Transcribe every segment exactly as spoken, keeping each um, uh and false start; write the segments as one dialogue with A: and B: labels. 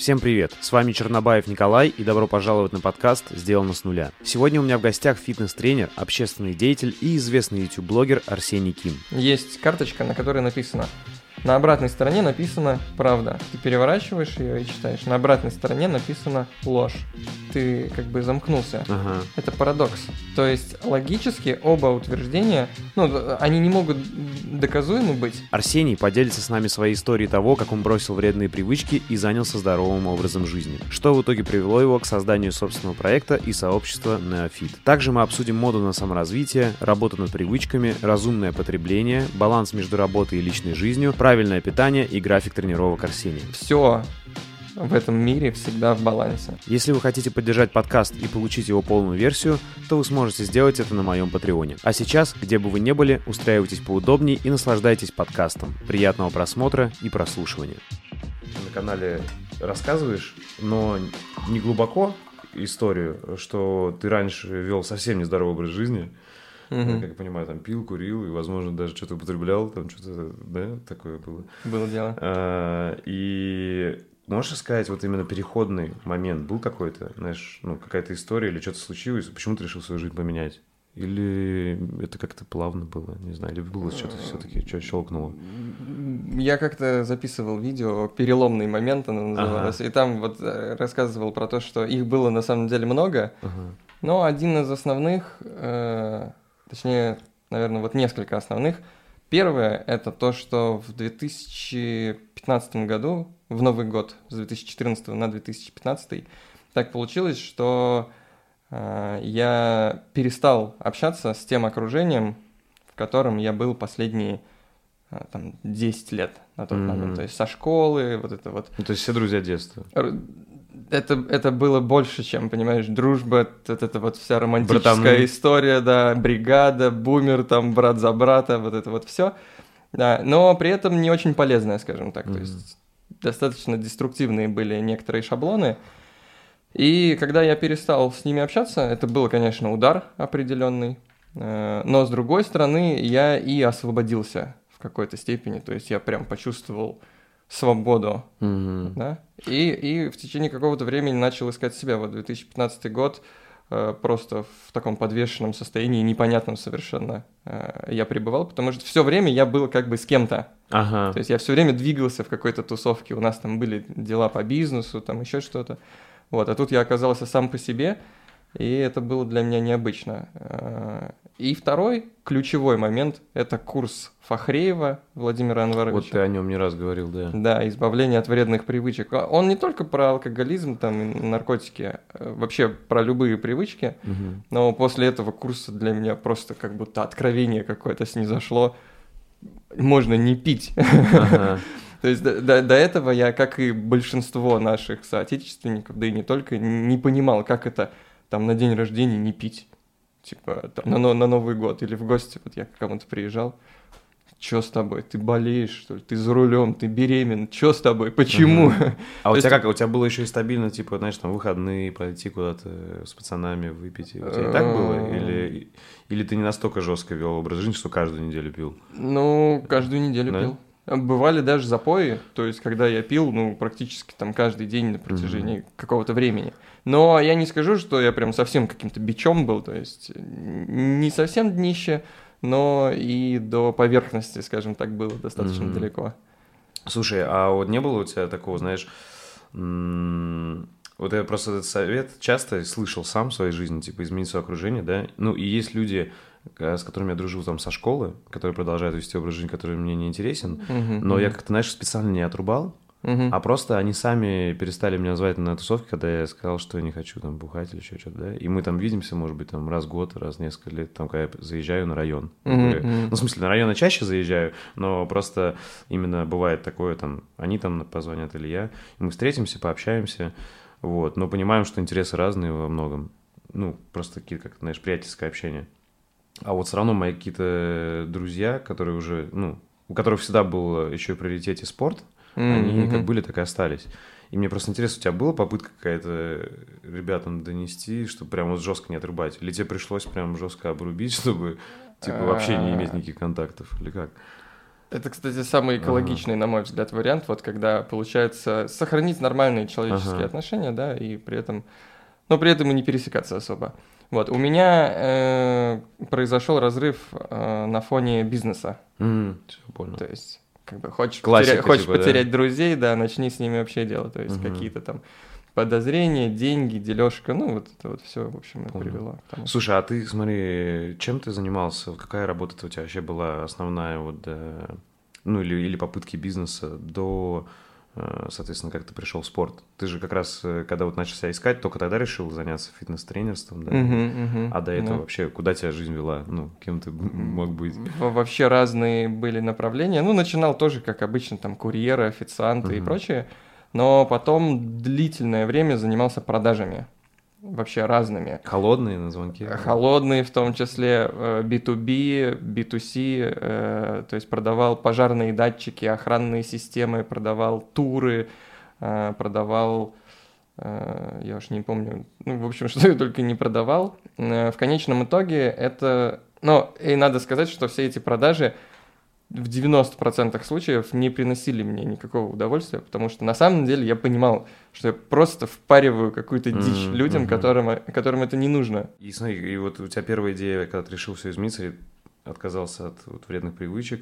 A: Всем привет, с вами Чернобаев Николай и добро пожаловать на подкаст «Сделано с нуля». Сегодня у меня в гостях фитнес-тренер, общественный деятель и известный YouTube-блогер Арсений Ким.
B: Есть карточка, на которой написано, на обратной стороне написано «правда». Ты переворачиваешь ее и читаешь. На обратной стороне написано «ложь». Ты как бы замкнулся.
A: Ага.
B: Это парадокс. То есть логически оба утверждения, ну, они не могут доказуемы быть.
A: Арсений поделится с нами своей историей того, как он бросил вредные привычки и занялся здоровым образом жизни, что в итоге привело его к созданию собственного проекта и сообщества Neofit. Также мы обсудим моду на саморазвитие, работу над привычками, разумное потребление, баланс между работой и личной жизнью, правильное питание и график тренировок Арсения.
B: Все в этом мире всегда в балансе.
A: Если вы хотите поддержать подкаст и получить его полную версию, то вы сможете сделать это на моем Патреоне. А сейчас, где бы вы ни были, устраивайтесь поудобнее и наслаждайтесь подкастом. Приятного просмотра и прослушивания. На канале рассказываешь, но не глубоко историю, что ты раньше вел совсем нездоровый образ жизни.
B: Угу.
A: Как я понимаю, там пил, курил и, возможно, даже что-то употреблял, там что-то, да, такое было.
B: Было дело.
A: А, и можешь сказать, вот именно переходный момент был какой-то, знаешь, ну, какая-то история или что-то случилось, почему ты решил свою жизнь поменять? Или это как-то плавно было, не знаю, или было что-то все-таки, что щелкнуло?
B: Я как-то записывал видео «Переломный момент» оно называлось,
A: ага.
B: и там вот рассказывал про то, что их было на самом деле много, ага. но один из основных, э, точнее, наверное, вот несколько основных. Первое – это то, что в две тысячи пятнадцатом году, в Новый год, с две тысячи четырнадцатого на две тысячи пятнадцатый, так получилось, что э, я перестал общаться с тем окружением, в котором я был последние э, там, десять лет на тот mm-hmm. момент. То есть со школы, вот это вот.
A: Ну, то есть все друзья детства.
B: Это, это было больше, чем, понимаешь, дружба, вот эта вот вся романтическая
A: Братаны.
B: История, да, бригада, бумер, там, брат за брата, вот это вот все. Да, но при этом не очень полезная, скажем так. Mm-hmm. То есть достаточно деструктивные были некоторые шаблоны. И когда я перестал с ними общаться, это был, конечно, удар определенный. Но, с другой стороны, я и освободился в какой-то степени. То есть я прям почувствовал свободу, mm-hmm. да, и, и в течение какого-то времени начал искать себя. Вот две тысячи пятнадцатый год э, просто в таком подвешенном состоянии, непонятном совершенно э, я пребывал, потому что все время я был как бы с кем-то.
A: Ага.
B: То есть я все время двигался в какой-то тусовке, у нас там были дела по бизнесу, там еще что-то. Вот, а тут я оказался сам по себе, и это было для меня необычно. И второй ключевой момент – это курс Фахреева Владимира Анваровича.
A: Вот ты о нем не раз говорил, да.
B: Да, избавление от вредных привычек. Он не только про алкоголизм, там, и наркотики, вообще про любые привычки, угу. но после этого курса для меня просто как будто откровение какое-то снизошло. Можно не пить. Ага. То есть до, до, до этого я, как и большинство наших соотечественников, да и не только, не понимал, как это там на день рождения не пить. Типа там, на, на Новый год или в гости, вот я к кому-то приезжал. Чё с тобой? Ты болеешь, что ли? Ты за рулем, ты беременна. Чё с тобой? Почему?
A: Uh-huh. А у тебя как? У тебя было еще и стабильно, типа, знаешь, там выходные, пойти куда-то с пацанами выпить? У тебя и так было? Или, или ты не настолько жестко вел образ жизни, что каждую неделю пил?
B: Ну, каждую неделю
A: да?
B: пил. Бывали даже запои, то есть когда я пил, ну, практически там каждый день на протяжении mm-hmm. какого-то времени. Но я не скажу, что я прям совсем каким-то бичом был, то есть не совсем днище, но и до поверхности, скажем так, было достаточно mm-hmm. далеко.
A: Слушай, а вот не было у тебя такого, знаешь, м- вот я просто этот совет часто слышал сам в своей жизни, типа изменить свое окружение, да, ну и есть люди, с которыми я дружил там со школы, которые продолжают вести образ жизни, который мне не интересен, uh-huh, но uh-huh. я как-то, знаешь, специально не отрубал, uh-huh. а просто они сами перестали меня звать на тусовки, когда я сказал, что я не хочу там бухать или еще что-то, да, и мы там видимся, может быть, там раз в год, раз в несколько лет, там, когда я заезжаю на район. Uh-huh, uh-huh. Ну, в смысле, на район я чаще заезжаю, но просто именно бывает такое, там, они там позвонят или я, и мы встретимся, пообщаемся, вот, но понимаем, что интересы разные во многом, ну, просто такие, как, знаешь, приятельское общение. А вот все равно мои какие-то друзья, которые уже, ну, у которых всегда был еще и в приоритете спорт, mm-hmm. они как были, так и остались. И мне просто интересно, у тебя была попытка какая-то ребятам донести, чтобы прям вот жестко не отрубать? Или тебе пришлось прям жестко обрубить, чтобы, типа, вообще не иметь никаких контактов? Или как?
B: Это, кстати, самый экологичный, ага. на мой взгляд, вариант, вот когда получается сохранить нормальные человеческие ага. отношения, да, и при этом, но при этом и не пересекаться особо. Вот, у меня э, произошел разрыв э, на фоне бизнеса.
A: Mm, все, понял.
B: То есть, как бы, хочешь,
A: Классика,
B: потеря... хочешь
A: типа,
B: потерять
A: да?
B: друзей, да, начни с ними вообще дело. То есть, uh-huh. какие-то там подозрения, деньги, дележка, ну, вот это вот все, в общем,
A: Понял.
B: привело. Потому...
A: Слушай, а ты, смотри, чем ты занимался? Какая работа у тебя вообще была основная, вот, да, ну, или, или попытки бизнеса до... Соответственно, как ты пришел в спорт? Ты же как раз, когда вот начал себя искать, только тогда решил заняться фитнес-тренерством, да?
B: Uh-huh, uh-huh,
A: а до этого
B: да.
A: вообще куда тебя жизнь вела? Ну, кем ты мог быть?
B: Вообще разные были направления. Ну, начинал тоже, как обычно, там, курьеры, официанты uh-huh. и прочее. Но потом длительное время занимался продажами. Вообще разными.
A: Холодные на звонки?
B: Холодные, в том числе би ту би, би ту си, э, то есть продавал пожарные датчики, охранные системы, продавал туры, э, продавал, э, я уж не помню, ну, в общем, что я только не продавал. Э, в конечном итоге это, ну, и надо сказать, что все эти продажи в девяноста процентах случаев не приносили мне никакого удовольствия, потому что на самом деле я понимал, что я просто впариваю какую-то дичь mm-hmm. людям, которым, которым это не нужно.
A: И смотри, и вот у тебя первая идея, когда ты решил все измениться, и отказался от вот, вредных привычек.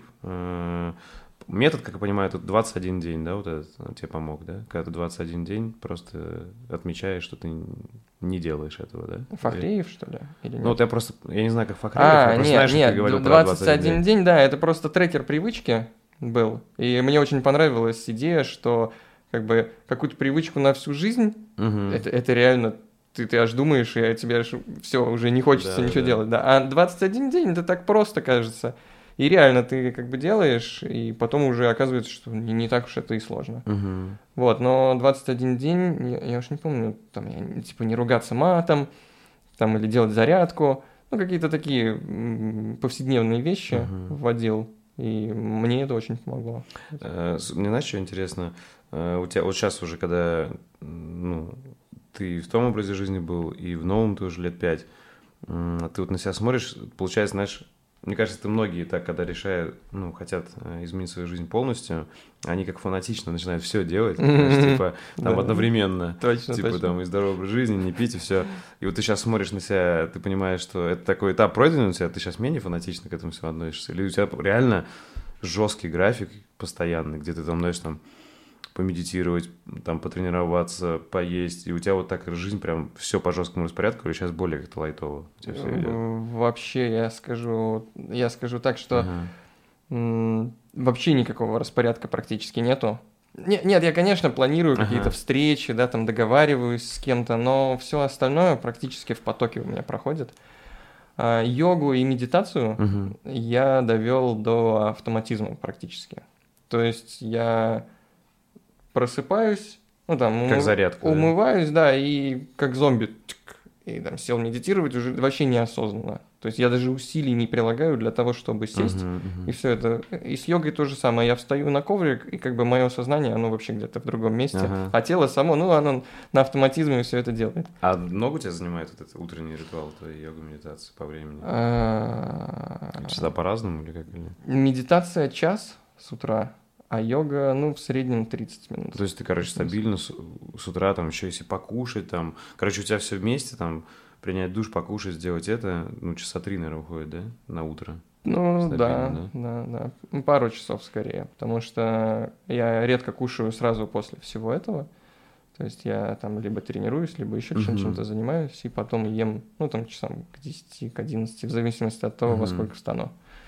A: Метод, как я понимаю, это двадцать один день, да, вот этот тебе помог, да? Когда ты двадцать один день просто отмечаешь, что ты не делаешь этого, да?
B: Фахриев, что ли? Или нет?
A: Ну, вот я просто, я не знаю, как Фахриев,
B: а,
A: я просто
B: нет,
A: знаю, что
B: нет,
A: ты говорил
B: двадцать
A: про двадцать один
B: день.
A: день.
B: день, да, это просто трекер привычки был. И мне очень понравилась идея, что как бы какую-то привычку на всю жизнь, угу. это, это реально... Ты, ты аж думаешь, и тебе аж все, уже не хочется да, ничего да. делать. Да. А двадцать один день, это так просто кажется. И реально ты как бы делаешь, и потом уже оказывается, что не, не так уж это и сложно.
A: Угу.
B: Вот, но двадцать один день, я, я уж не помню, там, я, типа, не ругаться матом, там, или делать зарядку, ну, какие-то такие м- повседневные вещи угу. вводил, и мне это очень помогло.
A: Мне, знаешь, что интересно? У тебя вот сейчас уже, когда, ну, ты в том образе жизни был, и в новом ты уже лет пять, ты вот на себя смотришь, получается, знаешь, мне кажется, это многие так, когда решают, ну, хотят изменить свою жизнь полностью, они как фанатично начинают все делать, знаешь, типа, там, одновременно.
B: Точно,
A: Типа,
B: точно.
A: там, и здоровый образ жизни, не пить, и все. И вот ты сейчас смотришь на себя, ты понимаешь, что это такой этап пройденный у тебя, ты сейчас менее фанатично к этому все относишься. Или у тебя реально жесткий график постоянный, где ты там, знаешь, там, помедитировать, там, потренироваться, поесть, и у тебя вот так жизнь прям все по жесткому распорядку, или сейчас более как-то лайтово у тебя все идет?
B: Вообще, я скажу, я скажу так, что ага. м- вообще никакого распорядка практически нету. Не, нет, я, конечно, планирую ага. какие-то встречи, да, там договариваюсь с кем-то, но все остальное практически в потоке у меня проходит. А, йогу и медитацию угу. я довел до автоматизма практически. То есть я просыпаюсь, ну там
A: как умыв... зарядка,
B: умываюсь, да? да, и как зомби, и там сел медитировать уже вообще неосознанно. То есть я даже усилий не прилагаю для того, чтобы сесть, uh-huh, uh-huh. и все это. И с йогой то же самое. Я встаю на коврик, и как бы мое сознание, оно вообще где-то в другом месте, uh-huh. а тело само, ну, оно на автоматизме все это делает.
A: А много тебя занимает вот этот утренний ритуал твоей йога-медитации по времени? Всегда по-разному или как?
B: Медитация час с утра. А йога, ну, в среднем тридцать минут.
A: То есть ты, короче, стабильно с, с утра, там, еще если покушать, там, короче, у тебя все вместе, там, принять душ, покушать, сделать это, ну, часа три, наверное, уходит, да, на утро?
B: Ну, да, да, да, да, пару часов скорее, потому что я редко кушаю сразу после всего этого, то есть я там либо тренируюсь, либо еще uh-huh. чем-то занимаюсь, и потом ем, ну, там, часам к десяти, к одиннадцати, в зависимости от того, uh-huh. во сколько встану.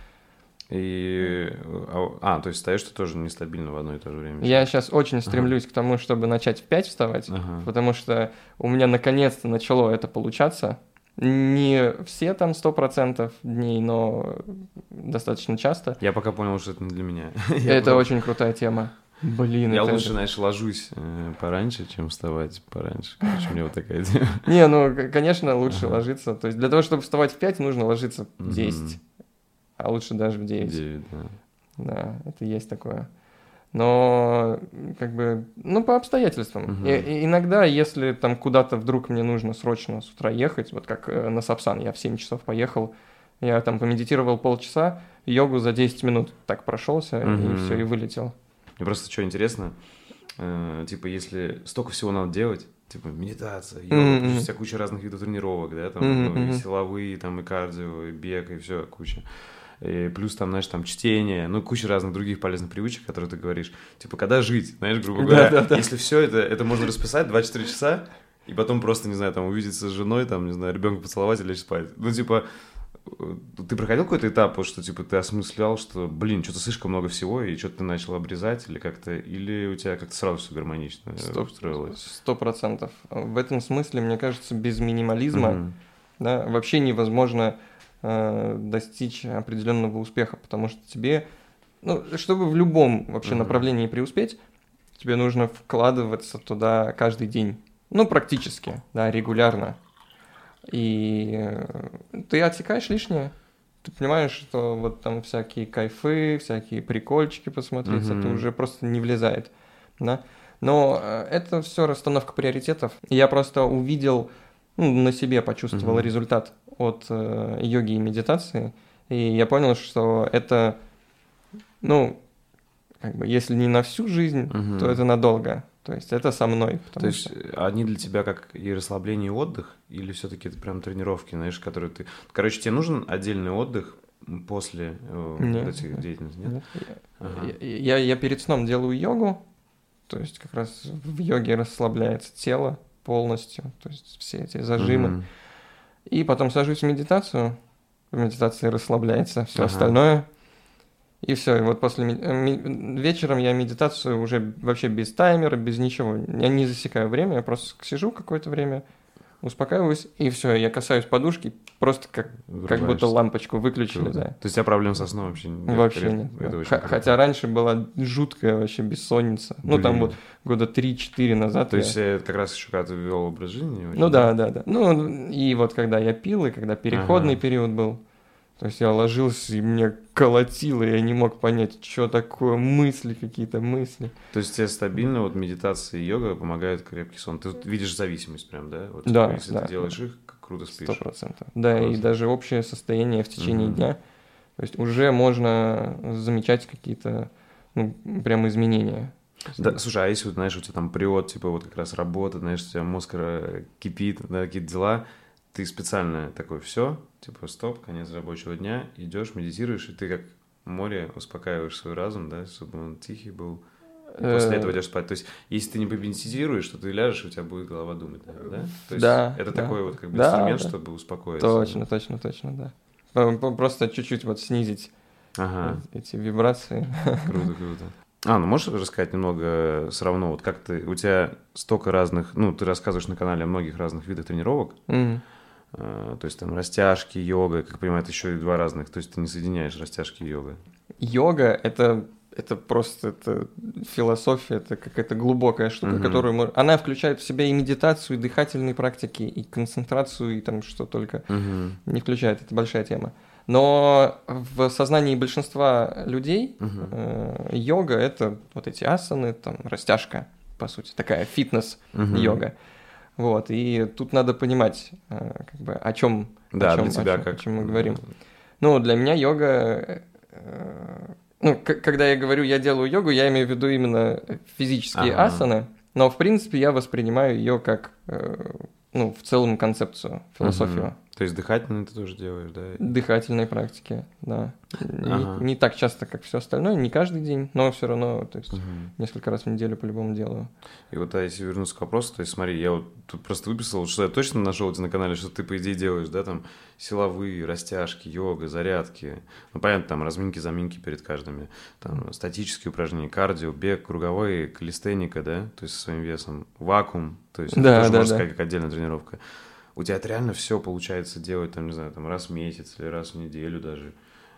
A: И... А, то есть встаешь ты тоже нестабильно в одно и то же время?
B: Я сейчас очень стремлюсь ага. к тому, чтобы начать в пять вставать, ага. потому что у меня наконец-то начало это получаться. Не все там сто процентов дней, но достаточно часто.
A: Я пока понял, что это не для меня.
B: Это очень крутая тема. Блин,
A: я
B: это
A: лучше,
B: это...
A: знаешь, ложусь э, пораньше, чем вставать пораньше. Короче, у меня вот такая тема.
B: Не, ну, конечно, лучше ложиться. То есть для того, чтобы вставать в пять, нужно ложиться в десять. А лучше даже в девять.
A: девять, да.
B: Да, это есть такое. Но, как бы, ну, по обстоятельствам. Угу. И, и иногда, если там куда-то вдруг мне нужно срочно с утра ехать, вот как э, на Сапсан, я в семь часов поехал, Я там помедитировал полчаса, йогу за десять минут так прошелся, mm-hmm. и все, и вылетел.
A: Мне просто что интересно, э, типа, если столько всего надо делать, типа, медитация, йога, mm-hmm. вся куча разных видов тренировок, да, там, mm-hmm. ну, и силовые, там, и кардио, и бег, и все, куча. И плюс там, знаешь, там чтение, ну, куча разных других полезных привычек, которые ты говоришь. Типа, когда жить, знаешь, грубо говоря, да, да, да. если все это, это можно расписать два-четыре часа, и потом просто, не знаю, там, увидеться с женой, там, не знаю, ребенка поцеловать и лечь спать. Ну, типа, ты проходил какой-то этап, что, типа, ты осмыслял, что, блин, что-то слишком много всего, и что-то ты начал обрезать, или как-то, или у тебя как-то сразу все гармонично устроилось?
B: Сто процентов. В этом смысле, мне кажется, без минимализма, mm-hmm. да, вообще невозможно достичь определенного успеха, потому что тебе, ну, чтобы в любом вообще uh-huh. направлении преуспеть, тебе нужно вкладываться туда каждый день, ну, практически, да, регулярно, и ты отсекаешь лишнее, ты понимаешь, что вот там всякие кайфы, всякие прикольчики посмотреть, uh-huh. это уже просто не влезает, да, но это все расстановка приоритетов, я просто увидел, ну, на себе почувствовал uh-huh. результат от э, йоги и медитации, и я понял, что это, ну, как бы, если не на всю жизнь, uh-huh. то это надолго, то есть это со мной.
A: То есть что... они для тебя как и расслабление, и отдых, или все-таки это прям тренировки, знаешь, которые ты... Короче, тебе нужен отдельный отдых после э,
B: нет,
A: вот этих
B: нет,
A: деятельностей, нет?
B: нет. Ага. Я, я, я перед сном делаю йогу, то есть как раз в йоге расслабляется тело полностью, то есть все эти зажимы. Uh-huh. И потом сажусь в медитацию, в медитации расслабляется все ага. остальное, и все. И вот после ми- вечером я медитацию уже вообще без таймера, без ничего. Я не засекаю время, я просто сижу какое-то время, успокаиваюсь, и все. Я касаюсь подушки, просто как, как будто лампочку выключили. Да.
A: То есть у тебя проблем со сном вообще нет?
B: Вообще нет. Да. Х- хотя раньше была жуткая вообще бессонница. Блин. Ну там вот года три-четыре назад.
A: То
B: я...
A: есть это как раз еще когда ты вел образ жизни? Очень,
B: ну да, да, да. Ну и вот когда я пил, и когда переходный ага. период был, то есть я ложился, и мне колотило, и я не мог понять, что такое, мысли, какие-то мысли.
A: То есть тебе стабильно вот медитация и йога помогают крепкий сон? Ты видишь зависимость прям, да? Вот,
B: да,
A: если
B: да.
A: ты делаешь их, круто спишь.
B: Сто процентов. Да, Классно. И даже общее состояние в течение угу. дня. То есть уже можно замечать какие-то, ну, прям изменения.
A: Да, слушай, а если, вот, знаешь, у тебя там привод, типа, вот как раз работа, знаешь, у тебя мозг кипит, да, какие-то дела, ты специально такой, все, типа, стоп, конец рабочего дня, идешь, медитируешь, и ты как море успокаиваешь свой разум, да, чтобы он тихий был, и после этого идешь спать. То есть, если ты не помедитируешь, то ты ляжешь, и у тебя будет голова думать, да? То есть,
B: да,
A: это
B: да.
A: такой вот как бы
B: да,
A: инструмент,
B: да.
A: чтобы успокоиться.
B: Точно,
A: да?
B: точно, точно, да. Просто чуть-чуть вот снизить ага. эти вибрации.
A: Круто, круто. А, ну можешь рассказать немного все равно, вот как ты, у тебя столько разных, ну, ты рассказываешь на канале о многих разных видах тренировок,
B: mm-hmm.
A: э, то есть там растяжки, йога, как понимаю, это еще и два разных, то есть ты не соединяешь растяжки и йога.
B: Йога — это, это просто это философия, это какая-то глубокая штука, mm-hmm. которую мы... Она включает в себя и медитацию, и дыхательные практики, и концентрацию, и там что только mm-hmm. не включает, это большая тема. Но в сознании большинства людей uh-huh. э, йога — это вот эти асаны, там, растяжка, по сути, такая фитнес-йога. Uh-huh. Вот, и тут надо понимать, э, как бы, о чем,
A: да,
B: о чем,
A: для тебя
B: о чем,
A: как...
B: о чем мы говорим. Ну, для меня йога... Э, ну, к- когда я говорю «я делаю йогу», я имею в виду именно физические uh-huh. асаны, но, в принципе, я воспринимаю ее как, э, ну, в целом концепцию, философию. Uh-huh.
A: То есть дыхательные ты тоже делаешь, да?
B: Дыхательные практики, да. Ага. Не, не так часто, как все остальное, не каждый день, но все равно, то есть угу. несколько раз в неделю по-любому делаю.
A: И вот, а если вернуться к вопросу, то есть смотри, я вот тут просто выписал, что я точно нашел у тебя на канале, что ты, по идее, делаешь, да, там, силовые, растяжки, йога, зарядки, ну, понятно, там, разминки, заминки перед каждыми, там, статические упражнения, кардио, бег, круговые, калистеника, да, то есть со своим весом, вакуум, то есть
B: да,
A: это тоже,
B: да,
A: можно
B: да.
A: сказать, как отдельная тренировка. У тебя это реально все получается делать, там, не знаю, там, раз в месяц или раз в неделю даже.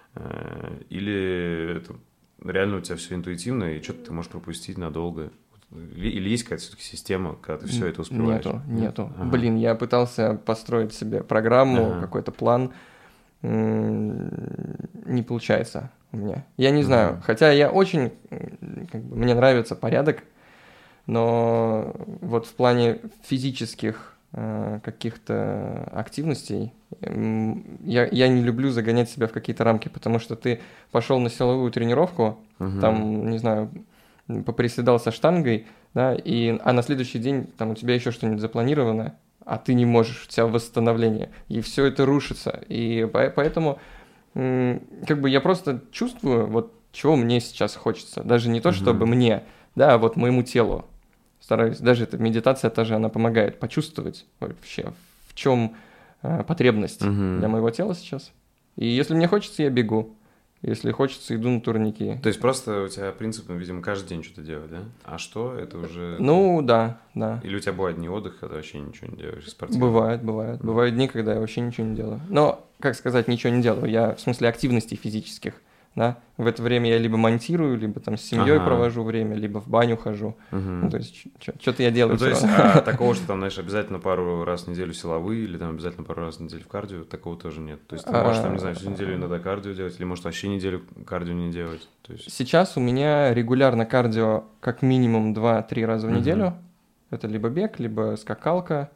A: Или это реально у тебя все интуитивно, и что-то ты можешь пропустить надолго. Или есть какая-то все-таки система, когда ты все это успеваешь?
B: Нету, нету. Ага. Блин, я пытался построить себе программу, ага. какой-то план. Не получается у меня. Я не знаю. Ага. Хотя я очень... Как бы, мне нравится порядок, но вот в плане физических каких-то активностей я, я не люблю загонять себя в какие-то рамки, потому что ты пошел на силовую тренировку, угу. там, не знаю, поприседал со штангой, да, и, а на следующий день там у тебя еще что-нибудь запланировано, а ты не можешь, у тебя восстановление, и все это рушится. И поэтому как бы я просто чувствую, вот чего мне сейчас хочется. Даже не то, чтобы угу. мне, да, а вот моему телу. Стараюсь, даже эта медитация тоже, она помогает почувствовать вообще, в чем э, потребность угу. для моего тела сейчас. И если мне хочется, я бегу. Если хочется, иду на турники.
A: То есть просто у тебя принцип, видимо, каждый день что-то делать, да? А что? Это уже...
B: Ну, да, да.
A: Или у тебя бывают дни отдыха, когда вообще ничего не делаешь? Спортивно?
B: Бывает, бывает. Mm. Бывают дни, когда я вообще ничего не делаю. Но, как сказать, ничего не делаю. Я, в смысле, активностей физических. Да? В это время я либо монтирую, либо там с семьей ага. провожу время, либо в баню хожу. Угу. Ну, то есть, что-то я делаю.
A: Ну, то есть, а такого, что там, знаешь, обязательно пару раз в неделю силовые, или там обязательно пару раз в неделю в кардио, такого тоже нет. То есть, ты можешь, там, не знаю, всю неделю иногда кардио делать, или, может, вообще неделю кардио не делать. То есть...
B: Сейчас у меня регулярно кардио как минимум два-три раза в неделю. Угу. Это либо бег, либо скакалка.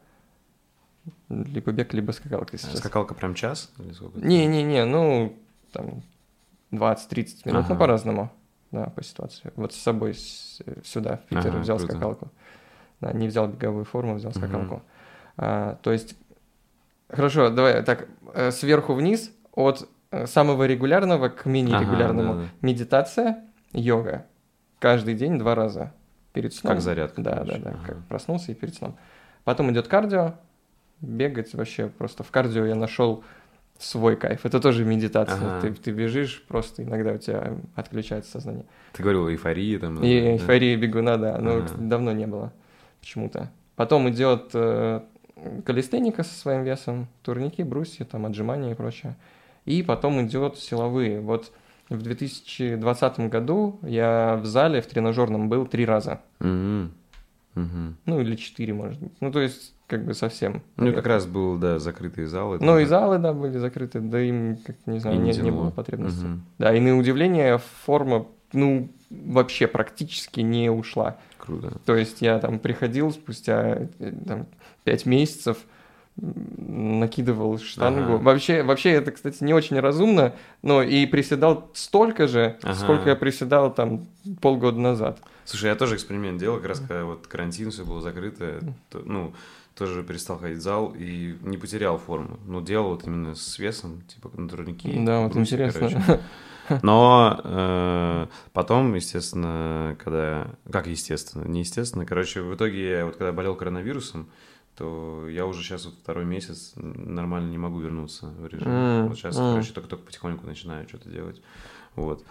B: Либо бег, либо скакалка сейчас.
A: А скакалка прям час?
B: Не-не-не, ну, там... двадцать-тридцать минут, ага. ну, по-разному, да, по ситуации. Вот с собой с, сюда, в Питер, ага, взял круто. Скакалку. Да, не взял беговую форму, взял скакалку. Угу. А, то есть, хорошо, давай так, сверху вниз, от самого регулярного к менее регулярному. Ага, да, да. Медитация, йога. Каждый день два раза. Перед сном.
A: Как зарядка.
B: Да,
A: короче.
B: да, да,
A: ага.
B: как проснулся и перед сном. Потом идет кардио, бегать вообще просто. В кардио я нашел... свой кайф. Это тоже медитация. Ага. Ты, ты бежишь, просто иногда у тебя отключается сознание.
A: Ты говорил эйфории там.
B: И да? Эйфория бегуна, да. Но ага. давно не было почему-то. Потом идет э, калистеника со своим весом, турники, брусья, там, отжимания и прочее. И потом идет силовые. Вот в две тысячи двадцатом году я в зале, в тренажерном был три раза.
A: Угу. Угу.
B: Ну, или четыре, может быть. Ну, то есть, как бы совсем.
A: Ну, как раз был, да, закрытые залы.
B: Ну, и залы, да, были закрыты, да им, как не знаю, не, не было потребности.
A: Угу.
B: Да, и на удивление форма, ну, вообще практически не ушла.
A: Круто.
B: То есть я там приходил спустя там, пять месяцев, накидывал штангу. Ага. Вообще, вообще это, кстати, не очень разумно, но и приседал столько же, ага. сколько я приседал там полгода назад.
A: Слушай, я тоже эксперимент делал, как раз когда вот карантин, все было закрыто, то, ну, тоже перестал ходить в зал и не потерял форму. Но делал вот именно с весом, типа на турнике.
B: Да, вот
A: брусья,
B: интересно.
A: Короче. Но э, потом, естественно, когда... Как естественно? Неестественно. Короче, в итоге я вот когда болел коронавирусом, то я уже сейчас вот второй месяц нормально не могу вернуться в режим. Mm, вот сейчас, mm. короче, только-только потихоньку начинаю что-то делать. Вот.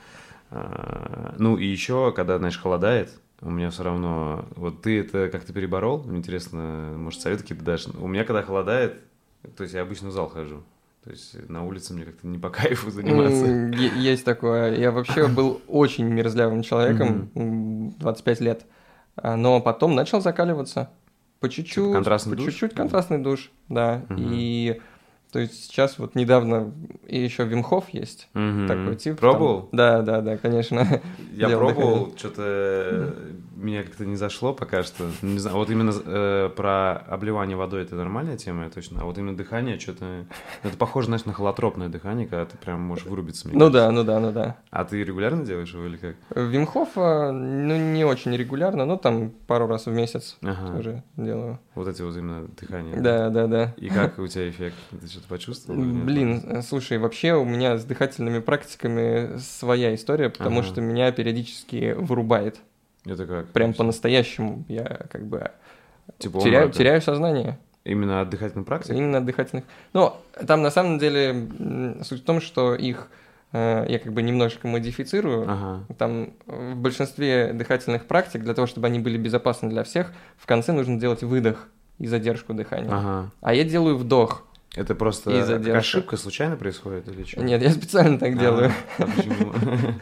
A: А, ну и еще, когда, знаешь, холодает, у меня все равно... Вот ты это как-то переборол? Интересно, может, советы какие-то дашь? У меня, когда холодает, то есть я обычно в зал хожу. То есть на улице мне как-то не по кайфу заниматься.
B: Есть такое. Я вообще был очень мерзлявым человеком, двадцать пять лет. Но потом начал закаливаться. По чуть-чуть. Типа
A: контрастный
B: по
A: душ?
B: чуть-чуть контрастный душ, да. Угу. И то есть сейчас вот недавно и еще Вим Хоф есть.
A: Угу.
B: Такой тип.
A: Пробовал?
B: Там... Да, да, да, конечно.
A: Я пробовал, что-то меня как-то не зашло пока что. Не знаю, вот именно э, про обливание водой это нормальная тема, точно. А вот именно дыхание что-то... Это похоже, знаешь, на холотропное дыхание, когда ты прям можешь вырубиться.
B: Ну да, ну да, ну да.
A: А ты регулярно делаешь его или как?
B: Вим Хофа, ну, не очень регулярно, но там пару раз в месяц
A: ага.
B: тоже делаю.
A: Вот эти вот именно дыхания.
B: Да, да, да.
A: И как у тебя эффект? Ты что-то почувствовал?
B: Блин, слушай, вообще у меня с дыхательными практиками своя история, потому ага. что меня периодически вырубает.
A: Это как?
B: Прям по-настоящему я как бы
A: типа
B: теряю, теряю сознание.
A: Именно от дыхательных практик?
B: Именно от дыхательных. Но там на самом деле суть в том, что их э, я как бы немножко модифицирую.
A: Ага.
B: Там в большинстве дыхательных практик, для того, чтобы они были безопасны для всех, в конце нужно делать выдох и задержку дыхания.
A: Ага.
B: А я делаю вдох.
A: Это просто ошибка случайно происходит или что?
B: Нет, я специально так делаю.
A: А почему?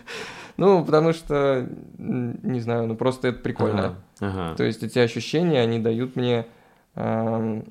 B: Ну, потому что, не знаю, ну просто это прикольно.
A: Ага.
B: То есть эти ощущения, они дают мне... Э,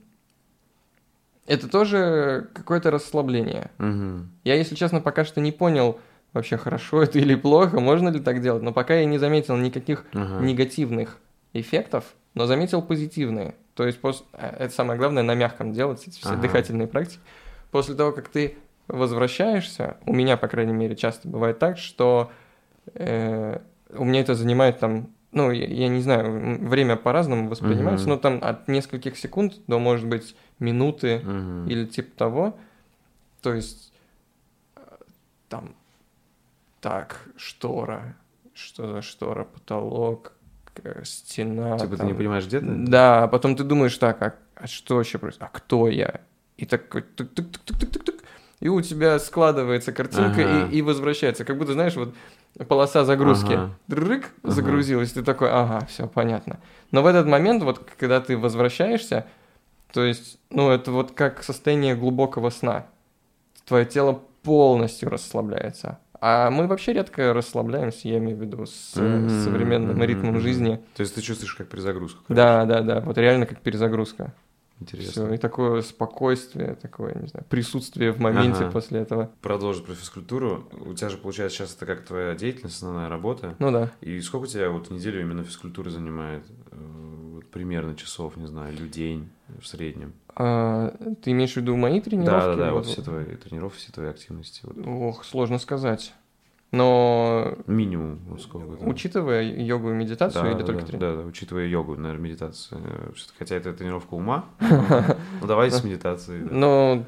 B: это тоже какое-то расслабление.
A: Угу.
B: Я, если честно, пока что не понял, вообще хорошо это или плохо, можно ли так делать, но пока я не заметил никаких ага. негативных эффектов, но заметил позитивные. То есть, после... это самое главное, на мягком делать эти все ага. дыхательные практики. после того, как ты возвращаешься, у меня, по крайней мере, часто бывает так, что э, у меня это занимает там, ну, я, я не знаю, время по-разному воспринимается,
A: Мгм.
B: но там от нескольких секунд до, может быть, минуты
A: Мгм.
B: или типа того. То есть э, там так, штора, что за штора, потолок, к- стена.
A: Типа ты
B: там.
A: не понимаешь, где ты?
B: Да, а потом ты думаешь, так, а, а что вообще происходит? А кто я? И такой тык-тык-тык-тык-тык-тык, и у тебя складывается картинка
A: Ага.
B: и, и возвращается. Как будто, знаешь, вот полоса загрузки.
A: Ага.
B: Дрык,
A: Ага.
B: загрузилась, ты такой, ага, все понятно. Но в этот момент, вот когда ты возвращаешься, то есть, ну, это вот как состояние глубокого сна. Твое тело полностью расслабляется. А мы вообще редко расслабляемся, я имею в виду, с э,
A: Мгм.
B: современным
A: Мгм.
B: ритмом
A: Мгм.
B: жизни.
A: То есть ты чувствуешь как перезагрузку.
B: Да, да, да, вот реально как перезагрузка.
A: Интересно.
B: Все, и такое спокойствие, такое, не знаю, присутствие в моменте
A: Ага.
B: после этого.
A: Продолжи про физкультуру. У тебя же, получается, сейчас это как твоя деятельность, основная работа.
B: Ну да.
A: И сколько у тебя вот неделю именно физкультура занимает? Э, вот примерно часов, не знаю, или в день в среднем?
B: А, ты имеешь в виду мои тренировки?
A: Да, да, да, вот
B: Вот-
A: все твои тренировки, все твои активности. Вот.
B: Ох, сложно сказать. Но
A: Минимум, вот сколько там?
B: учитывая йогу и медитацию
A: Да,
B: или
A: да,
B: только
A: да,
B: тренировку?
A: да, да, учитывая йогу, наверное, медитацию. э, всё-таки, хотя это тренировка ума. Ну, давайте с медитацией. да.
B: Но...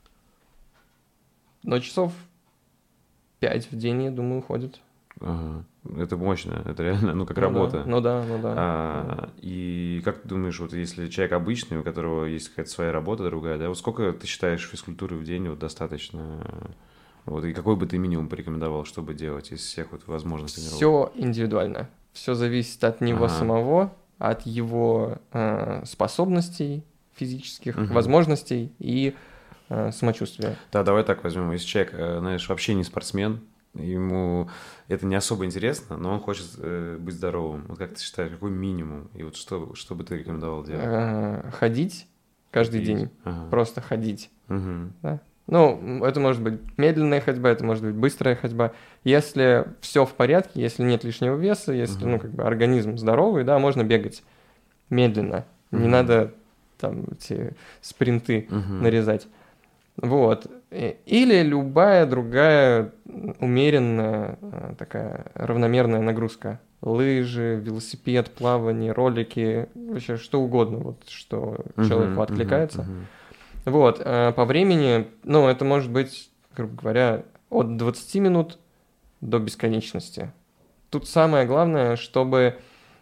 B: Но часов пять в день, я думаю, уходит.
A: Ага. Это мощно, это реально, ну, как
B: Ну да,
A: работа.
B: Ну да, ну да.
A: А, и как ты думаешь, вот если человек обычный, у которого есть какая-то своя работа другая, да, вот сколько ты считаешь физкультуры в день вот достаточно? Вот, и какой бы ты минимум порекомендовал, чтобы делать из всех вот возможных тренировок?
B: Все индивидуально. Все зависит от него
A: Ага.
B: самого, от его э, способностей физических,
A: Мгм.
B: возможностей и э, самочувствия.
A: Да, давай так возьмем. Если человек, э, знаешь, вообще не спортсмен, ему это не особо интересно, но он хочет э, быть здоровым. Вот как ты считаешь, какой минимум? И вот что, что бы ты рекомендовал делать?
B: Э, ходить каждый
A: Ходить.
B: день,
A: Ага.
B: просто ходить.
A: Мгм.
B: Да? Ну, м, это может быть медленная ходьба, это может быть быстрая ходьба. Если все в порядке, если нет лишнего веса, если,
A: Мгм.
B: ну, как бы организм здоровый, да, можно бегать медленно. Не
A: Мгм.
B: надо там эти спринты
A: Мгм.
B: нарезать. Вот. И- Или любая другая м, умеренная э, такая равномерная нагрузка. Лыжи, велосипед, плавание, ролики, вообще что угодно, вот что
A: Мгм.
B: человеку
A: Мгм.
B: откликается.
A: Мгм.
B: Вот, э, по времени, ну, это может быть, грубо говоря, от двадцати минут до бесконечности. Тут самое главное, чтобы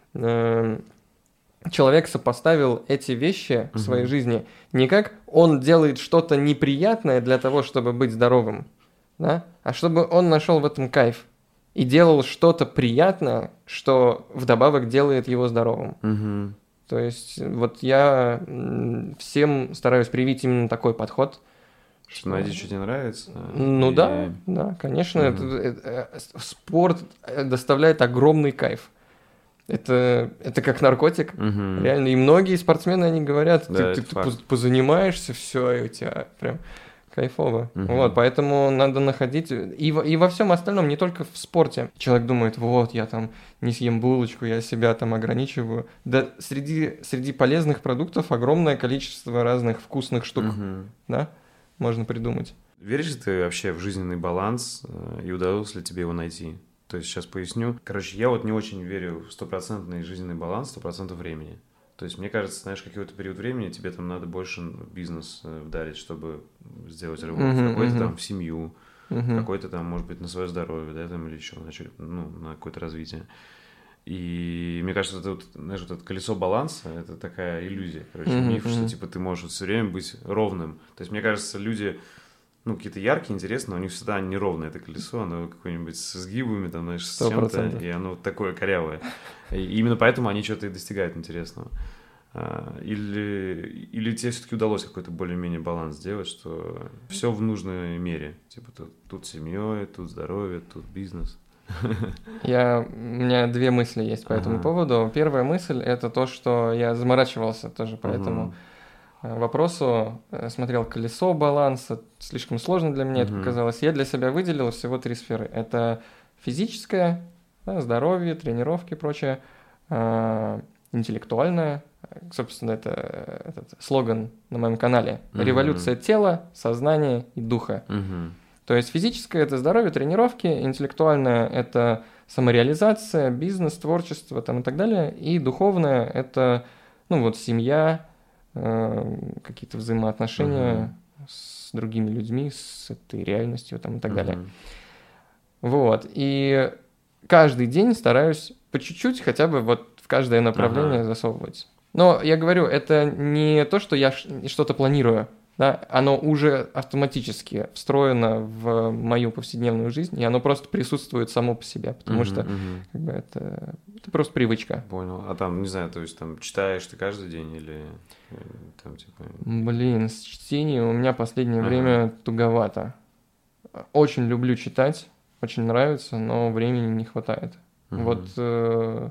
B: э, человек сопоставил эти вещи в своей
A: Мгм.
B: жизни не как он делает что-то неприятное для того, чтобы быть здоровым, да, а чтобы он нашел в этом кайф и делал что-то приятное, что вдобавок делает его здоровым.
A: Мгм.
B: То есть вот я м, всем стараюсь привить именно такой подход.
A: Что найди, что тебе нравится.
B: Ну
A: и-
B: да, да, конечно,
A: Мгм.
B: это- это- э, спорт э, доставляет огромный кайф. Это, это как наркотик,
A: Мгм.
B: реально. И многие спортсмены, они говорят,
A: Да,
B: ты,
A: это
B: ты
A: факт.
B: поз- позанимаешься, все, и у тебя прям кайфово.
A: Мгм.
B: Вот, поэтому надо находить... И, во- и во всем остальном, не только в спорте. Человек думает, вот, я там не съем булочку, я себя там ограничиваю. Да среди, среди полезных продуктов огромное количество разных вкусных штук,
A: Мгм.
B: да, можно придумать.
A: Веришь ли ты вообще в жизненный баланс, э, и удалось ли тебе его найти? То есть сейчас поясню. Короче, я вот не очень верю в стопроцентный жизненный баланс, сто процентов времени. То есть мне кажется, знаешь, какой-то период времени тебе там надо больше в бизнес э, вдарить, чтобы сделать рывок.
B: Мгм,
A: Какой-то
B: мгм.
A: там в семью,
B: Мгм.
A: какой-то там, может быть, на свое здоровье, да, там или еще, значит, ну, на какое-то развитие. И мне кажется, это вот, знаешь, вот это колесо баланса, это такая иллюзия, короче,
B: Мгм,
A: миф, что
B: мгм.
A: типа ты можешь вот все время быть ровным. То есть мне кажется, люди, ну, какие-то яркие, интересные, но у них всегда неровное это колесо, оно какое-нибудь с изгибами, там, знаешь, с
B: Сто
A: чем-то,
B: процентов.
A: и оно вот такое корявое. И именно поэтому они что-то и достигают интересного. А, Или, или тебе все-таки удалось какой-то более-менее баланс сделать, что все в нужной мере. Типа тут, тут семьей, тут здоровье, тут бизнес.
B: Я, у меня две мысли есть по этому
A: Ага.
B: поводу. Первая мысль — это то, что я заморачивался тоже по этому
A: Мгм.
B: э, вопросу. Э, Смотрел колесо баланса, слишком сложно для меня это
A: Мгм.
B: показалось. Я для себя выделил всего три сферы. Это физическое, да, здоровье, тренировки и прочее. А, интеллектуальная. Собственно, это этот слоган на моем канале.
A: Мгм.
B: Революция тела, сознания и духа.
A: Мгм.
B: То есть физическое – это здоровье, тренировки, интеллектуальное – это самореализация, бизнес, творчество там, и так далее. И духовное – это, ну вот, семья, э, какие-то взаимоотношения с другими людьми, с этой реальностью там, и так далее.
A: Мгм.
B: Вот. И каждый день стараюсь по чуть-чуть хотя бы вот в каждое направление
A: Ага.
B: засовывать. Но я говорю, это не то, что я ш- что-то планирую. Да, оно уже автоматически встроено в мою повседневную жизнь, и оно просто присутствует само по себе, потому
A: Мгм,
B: что
A: мгм.
B: как бы, это, это просто привычка.
A: Понял. А там, не знаю, то есть там читаешь ты каждый день или э, там типа...
B: Блин, с чтением у меня последнее
A: Ага.
B: время туговато. Очень люблю читать, очень нравится, но времени не хватает.
A: Мгм.
B: Вот э,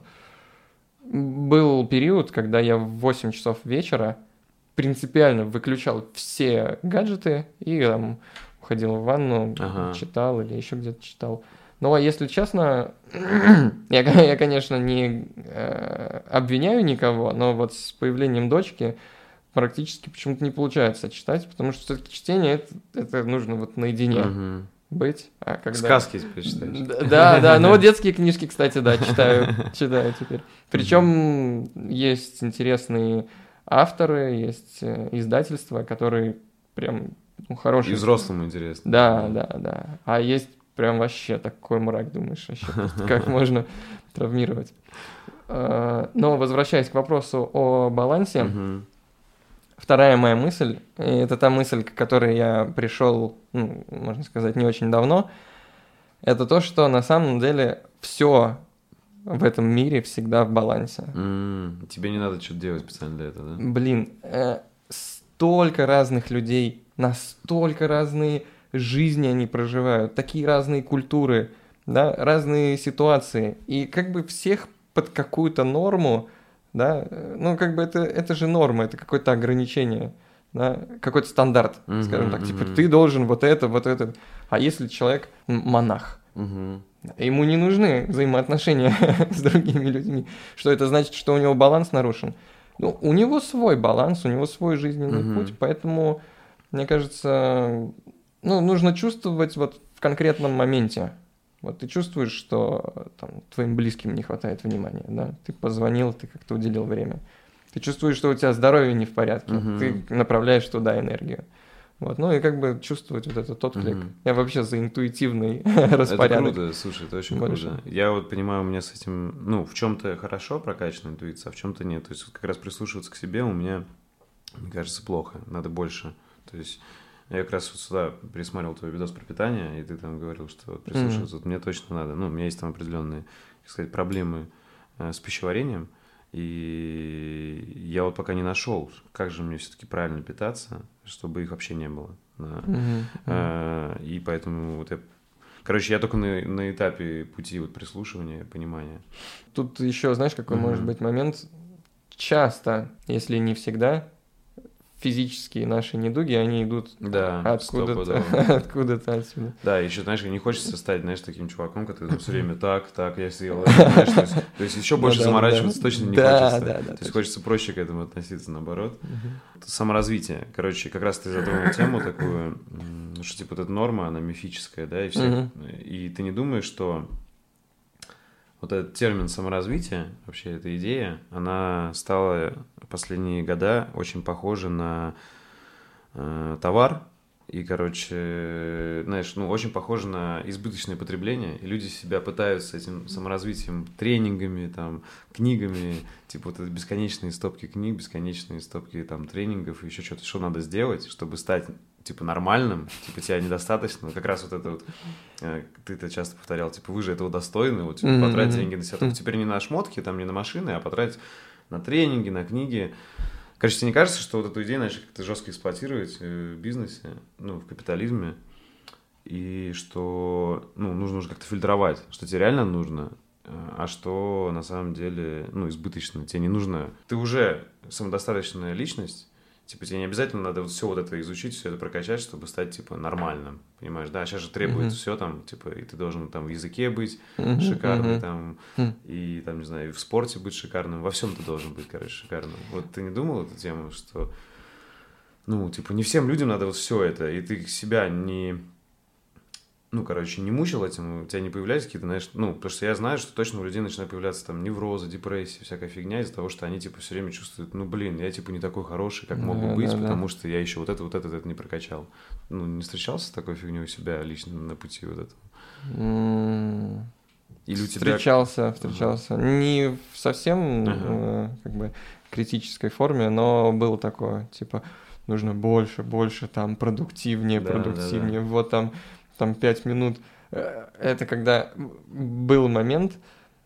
B: был период, когда я в восемь часов вечера принципиально выключал все гаджеты и там уходил в ванну,
A: Ага.
B: читал или еще где-то читал. Ну, а если честно, я, я, конечно, не э, обвиняю никого, но вот с появлением дочки практически почему-то не получается читать, потому что все-таки чтение это, это нужно вот наедине
A: Мгм.
B: быть. А когда...
A: Сказки теперь читаешь.
B: Да, да, ну вот детские книжки, кстати, да, читаю, читаю теперь. Причем есть интересные авторы, есть э, издательства, которые прям ну,
A: И
B: хорошие.
A: взрослым интересно.
B: Да, да, да. А есть прям вообще такой мрак, думаешь, вообще просто как можно травмировать. Э, Но возвращаясь к вопросу о балансе,
A: Мгм.
B: вторая моя мысль, и это та мысль, к которой я пришел, ну, можно сказать, не очень давно, это то, что на самом деле все в этом мире всегда в балансе.
A: М, Тебе не надо что-то делать специально для этого, да?
B: Блин, э, столько разных людей, настолько разные жизни они проживают, такие разные культуры, да, разные ситуации. И как бы всех под какую-то норму, да, э, ну как бы это, это же норма, это какое-то ограничение, да, какой-то стандарт,
A: Мгм,
B: скажем так, типа
A: мгм.
B: ты должен вот это, вот это. А если человек м, монах,
A: Мгм.
B: ему не нужны взаимоотношения с другими людьми. Что это значит, что у него баланс нарушен? Ну, у него свой баланс, у него свой жизненный
A: Мгм.
B: путь, поэтому, мне кажется, ну, нужно чувствовать вот в конкретном моменте. Вот ты чувствуешь, что там, твоим близким не хватает внимания, да? Ты позвонил, ты как-то уделил время. Ты чувствуешь, что у тебя здоровье не в порядке,
A: Мгм.
B: ты направляешь туда энергию. Вот, ну и как бы чувствовать вот этот отклик.
A: Мгм.
B: Я вообще за интуитивный
A: Это
B: распорядок.
A: круто, слушай, это очень
B: Больше.
A: круто. Я вот понимаю, у меня с этим, ну, в чем-то хорошо прокачана интуиция, а в чем-то нет. То есть вот как раз прислушиваться к себе у меня, мне кажется, плохо. Надо больше. То есть я как раз вот сюда пересматривал твой видос про питание, и ты там говорил, что вот прислушиваться, вот мне точно надо. Ну, у меня есть там определенные, так сказать, проблемы э, с пищеварением, и я вот пока не нашел, как же мне все-таки правильно питаться, чтобы их вообще не было. Да.
B: Мгм.
A: А, И поэтому вот я... Короче, я только на, на этапе пути вот прислушивания, понимания.
B: Тут еще, знаешь, какой
A: Мгм.
B: может быть момент? Часто, если не всегда, физические наши недуги, они идут
A: Да,
B: откуда-то,
A: стопудово.
B: откуда-то отсюда.
A: Да, еще, знаешь, не хочется стать, знаешь, таким чуваком, который все время так, так, я съел. это, знаешь, то, есть, то есть еще больше
B: Ну да,
A: заморачиваться
B: да.
A: точно не
B: Да,
A: хочется.
B: да, да,
A: То есть
B: точно.
A: хочется проще к этому относиться, наоборот.
B: Мгм.
A: Саморазвитие. Короче, как раз ты затронул тему такую, м, что типа вот эта норма, она мифическая, да, и все.
B: Мгм.
A: И ты не думаешь, что вот этот термин саморазвитие, вообще эта идея, она стала в последние года очень похожа на э, товар. И, короче, знаешь, ну, очень похоже на избыточное потребление, и люди себя пытаются этим саморазвитием, тренингами, там, книгами, типа вот это бесконечные стопки книг, бесконечные стопки, там, тренингов, и еще что-то, что надо сделать, чтобы стать, типа, нормальным, типа, тебя недостаточно, как раз вот это вот, э, ты это часто повторял, типа, вы же этого достойны, вот, типа,
B: Мгм,
A: потратить
B: мгм.
A: деньги на себя, только теперь не на шмотки, там, не на машины, а потратить на тренинги, на книги. Короче, тебе не кажется, что вот эту идею начали как-то жестко эксплуатировать в бизнесе, ну, в капитализме, и что, ну, нужно уже как-то фильтровать, что тебе реально нужно, а что на самом деле, ну, избыточно, тебе не нужно. Ты уже самодостаточная личность, Типа, тебе не обязательно надо вот все вот это изучить, все это прокачать, чтобы стать, типа, нормальным, понимаешь, да? Сейчас же требуется mm-hmm. все там, типа, и ты должен там в языке быть mm-hmm. шикарный, mm-hmm. там, mm-hmm. и там, не знаю, и в спорте быть шикарным, во всем ты должен быть, короче, шикарным. Вот ты не думал эту тему, что, ну, типа, не всем людям надо вот все это, и ты себя не... Ну, короче, не мучил этим, у тебя не появлялись какие-то, знаешь, ну, потому что я знаю, что точно у людей начинают появляться там неврозы, депрессии, всякая фигня из-за того, что они, типа, все время чувствуют, ну, блин, я, типа, не такой хороший, как мог бы
B: да,
A: быть,
B: да,
A: потому
B: да.
A: что я еще вот это, вот это, вот это не прокачал. Ну, не встречался с такой фигней у себя лично на пути вот этого?
B: Mm.
A: Или у
B: тебя... Встречался, встречался. Uh-huh. Не в совсем, uh-huh. э, как бы, критической форме, но было такое, типа, нужно больше, больше, там, продуктивнее, да, продуктивнее, да, да. Вот там... там пять минут. Это когда был момент,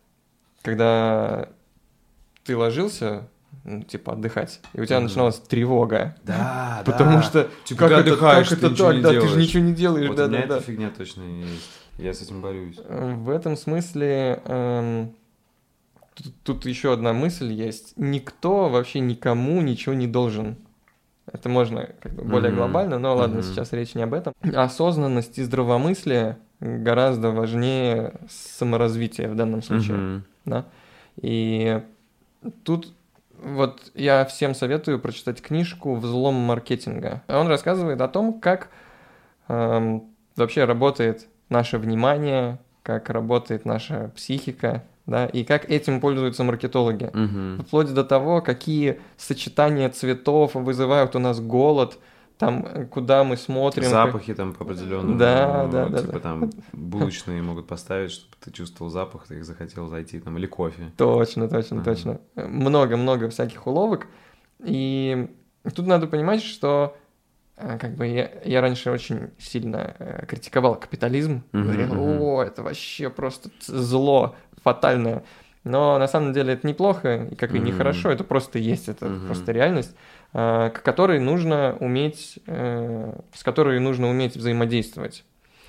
B: когда ты ложился, ну, типа, отдыхать, и у тебя mm-hmm. начиналась тревога.
A: Да,
B: потому
A: да.
B: что
A: типа, как это, как это так,
B: да, ты же ничего не делаешь.
A: Вот
B: да,
A: у меня
B: да,
A: эта
B: да.
A: фигня точно есть. Я с этим борюсь.
B: В этом смысле эм, тут, тут еще одна мысль есть. Никто вообще никому ничего не должен. Это можно как бы более mm-hmm. глобально, но ладно, mm-hmm. сейчас речь не об этом. Осознанность и здравомыслие гораздо важнее саморазвития в данном случае. Mm-hmm. Да? И тут вот я всем советую прочитать книжку «Взлом маркетинга». Он рассказывает о том, как эм, вообще работает наше внимание, как работает наша психика, да, и как этим пользуются маркетологи.
A: Uh-huh.
B: Вплоть до того, какие сочетания цветов вызывают у нас голод, там, куда мы смотрим.
A: Запахи
B: как...
A: там по определенному.
B: Да,
A: ну,
B: да,
A: типа
B: да. Типа
A: там булочные могут поставить, чтобы ты чувствовал запах, ты их захотел зайти, там, или кофе.
B: Точно, точно, uh-huh. точно. Много-много всяких уловок. И тут надо понимать, что как бы я, я раньше очень сильно э, критиковал капитализм. Uh-huh, говорил, о, uh-huh. это вообще просто зло фатальное. Но на самом деле это неплохо, и как uh-huh. и нехорошо, это просто есть, это uh-huh. просто реальность, э, к которой нужно уметь, э, с которой нужно уметь взаимодействовать.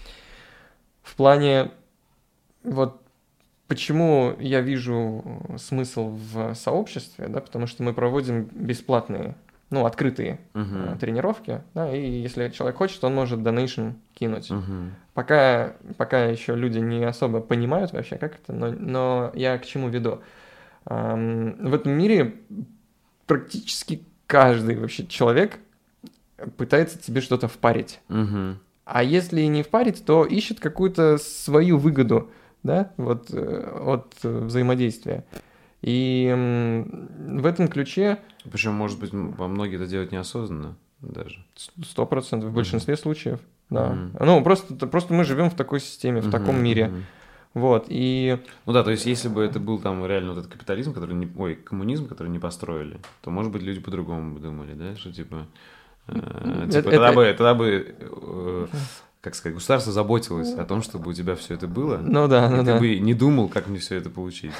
B: В плане, вот почему я вижу смысл в сообществе, да, потому что мы проводим бесплатные, ну, открытые uh-huh. э, тренировки, да, и если человек хочет, он может донейшн кинуть.
A: Uh-huh.
B: Пока, пока еще люди не особо понимают вообще, как это, но, но я к чему веду. Эм, в этом мире практически каждый вообще человек пытается тебе что-то впарить.
A: Uh-huh.
B: А если не впарить, то ищет какую-то свою выгоду, да, вот, от взаимодействия. И в этом ключе...
A: Причем, может быть, во многие это делают неосознанно даже.
B: Сто процентов в большинстве mm-hmm. случаев, да.
A: Mm-hmm.
B: Ну, просто, просто мы живем в такой системе, в mm-hmm. таком мире. Mm-hmm. Вот, и...
A: Ну да, то есть, если бы это был там реально вот этот капитализм, который не... Ой, коммунизм, который не построили, то, может быть, люди по-другому бы думали, да, что, типа... Э, типа, это... тогда бы... Тогда бы э, как сказать, государство заботилось о том, чтобы у тебя все это было.
B: Ну да, ну
A: и
B: да.
A: ты бы не думал, как мне все это получить.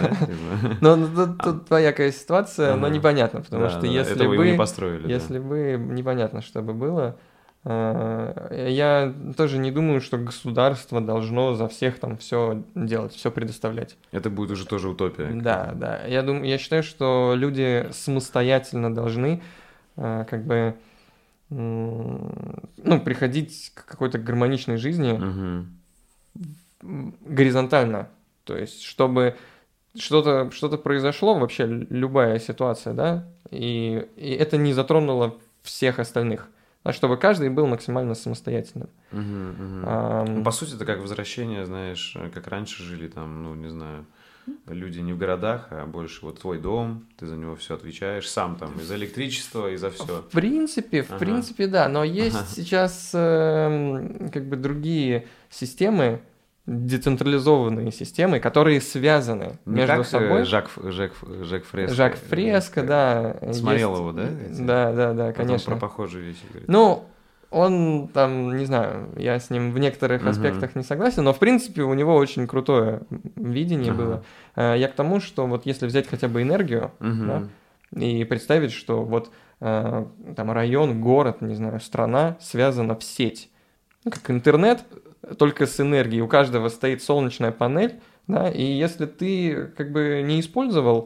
B: Ну, тут двоякая ситуация, но непонятно, потому что если бы...
A: не построили.
B: Если бы непонятно, что бы было... Я тоже не думаю, что государство должно за всех там все делать, все предоставлять.
A: Это будет уже тоже утопия.
B: Да, да. Я думаю, я считаю, что люди самостоятельно должны как бы ну, приходить к какой-то гармоничной жизни
A: угу.
B: горизонтально. То есть, чтобы что-то, что-то произошло, вообще любая ситуация, да, и, и это не затронуло всех остальных. А чтобы каждый был максимально самостоятельным.
A: Угу, угу. А, ну, по сути, это как возвращение, знаешь, как раньше жили там, ну, не знаю, люди не в городах, а больше вот твой дом, ты за него все отвечаешь, сам там и за электричество, и за все.
B: В принципе, в ага. принципе, да, но есть ага. сейчас э, как бы другие системы, децентрализованные системы, которые связаны
A: не
B: между
A: как
B: собой.
A: Жак, Жак, Жак Фреско.
B: Жак Фреско, да.
A: Смотрел
B: есть...
A: его, да? Эти?
B: Да, да, да, конечно.
A: Он про похожие вещи говорит.
B: Ну, он там, не знаю, я с ним в некоторых uh-huh. аспектах не согласен, но в принципе у него очень крутое видение uh-huh. было. Я к тому, что вот если взять хотя бы энергию,
A: uh-huh.
B: да, и представить, что вот там район, город, не знаю, страна связана в сеть, ну, как интернет, только с энергией. У каждого стоит солнечная панель, да, и если ты как бы не использовал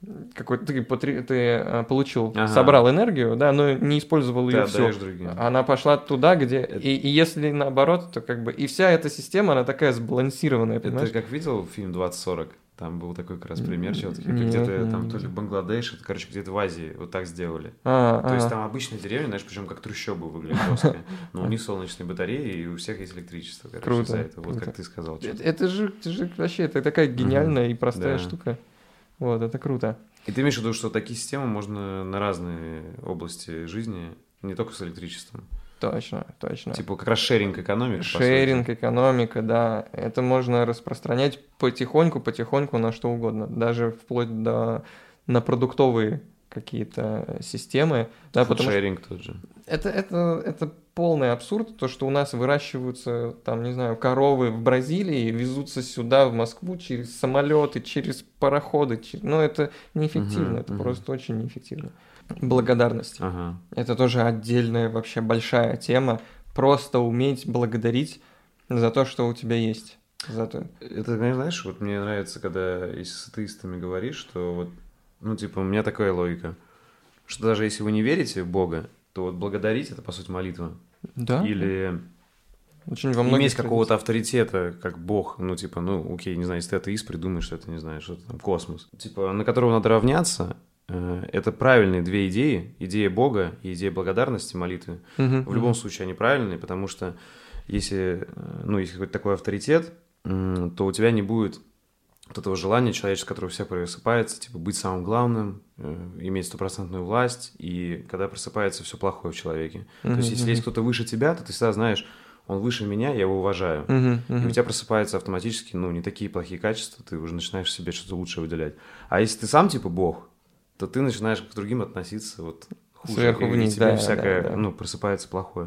B: какой-то ты, потри- ты э, получил,
A: Ага.
B: собрал энергию, да, но не использовал
A: Ты
B: ее всю.
A: отдаешь другим.
B: Она пошла туда, где...
A: Это-
B: И, и если наоборот, то как бы... И вся эта система, она такая сбалансированная,
A: Это
B: понимаешь?
A: как видел фильм двадцать сорок? Там был такой как раз пример чего-то, как
B: Нет,
A: где-то
B: не
A: там то ли
B: видел.
A: Бангладеш, это, короче, где-то в Азии вот так сделали.
B: А,
A: То есть
B: ага.
A: там обычная деревня, знаешь, причем как трущобы выглядит жестко. Но у них солнечные батареи, и у всех есть электричество, короче,
B: Круто,
A: за это. Вот
B: круто.
A: как ты сказал. чё.
B: Это, это же, это же вообще, это такая гениальная и простая
A: да.
B: штука. Вот, это круто.
A: И ты имеешь в виду, что такие системы можно на разные области жизни, не только с электричеством.
B: Точно, точно.
A: Типа как раз шеринг экономика, по сути.
B: Шеринг, экономика, да. Это можно распространять потихоньку, потихоньку на что угодно. Даже вплоть до на продуктовые какие-то системы. Да, потому что
A: Фудшеринг тот же.
B: это, это, это полный абсурд, то, что у нас выращиваются, там, не знаю, коровы в Бразилии, везутся сюда, в Москву, через самолеты, через пароходы. чер- Ну, это неэффективно,
A: Мгм,
B: это
A: мгм.
B: просто очень неэффективно. Благодарность.
A: Ага.
B: Это тоже отдельная вообще большая тема. Просто уметь благодарить за то, что у тебя есть. За то...
A: Это, знаешь, вот мне нравится, когда если с атеистами говоришь, что вот, ну, типа, у меня такая логика, что даже если вы не верите в Бога, то вот благодарить — это, по сути, молитва.
B: Да?
A: Или
B: Очень во многих
A: иметь
B: традициях.
A: какого-то авторитета, как Бог, ну, типа, ну, окей, не знаю, если ты атеист, придумаешь, что это, не знаю, что-то там, космос. Типа, на которого надо равняться, э, это правильные две идеи, идея Бога и идея благодарности, молитвы.
B: Мгм,
A: В любом
B: мгм.
A: случае они правильные, потому что если, э, ну, если какой-то такой авторитет, м, то у тебя не будет вот этого желания человеческого, которое у всех просыпается, типа быть самым главным, э, иметь стопроцентную власть, и когда просыпается все плохое в человеке. То
B: Мгм,
A: есть если
B: мгм.
A: есть кто-то выше тебя, то ты всегда знаешь, он выше меня, я его уважаю.
B: Мгм,
A: И у
B: мгм.
A: тебя просыпаются автоматически, ну, не такие плохие качества, ты уже начинаешь в себе что-то лучшее выделять. А если ты сам типа Бог, то ты начинаешь к другим относиться вот хуже.
B: Сверху
A: и, и
B: вниз,
A: тебе
B: да,
A: всякое,
B: да, да.
A: ну, просыпается плохое.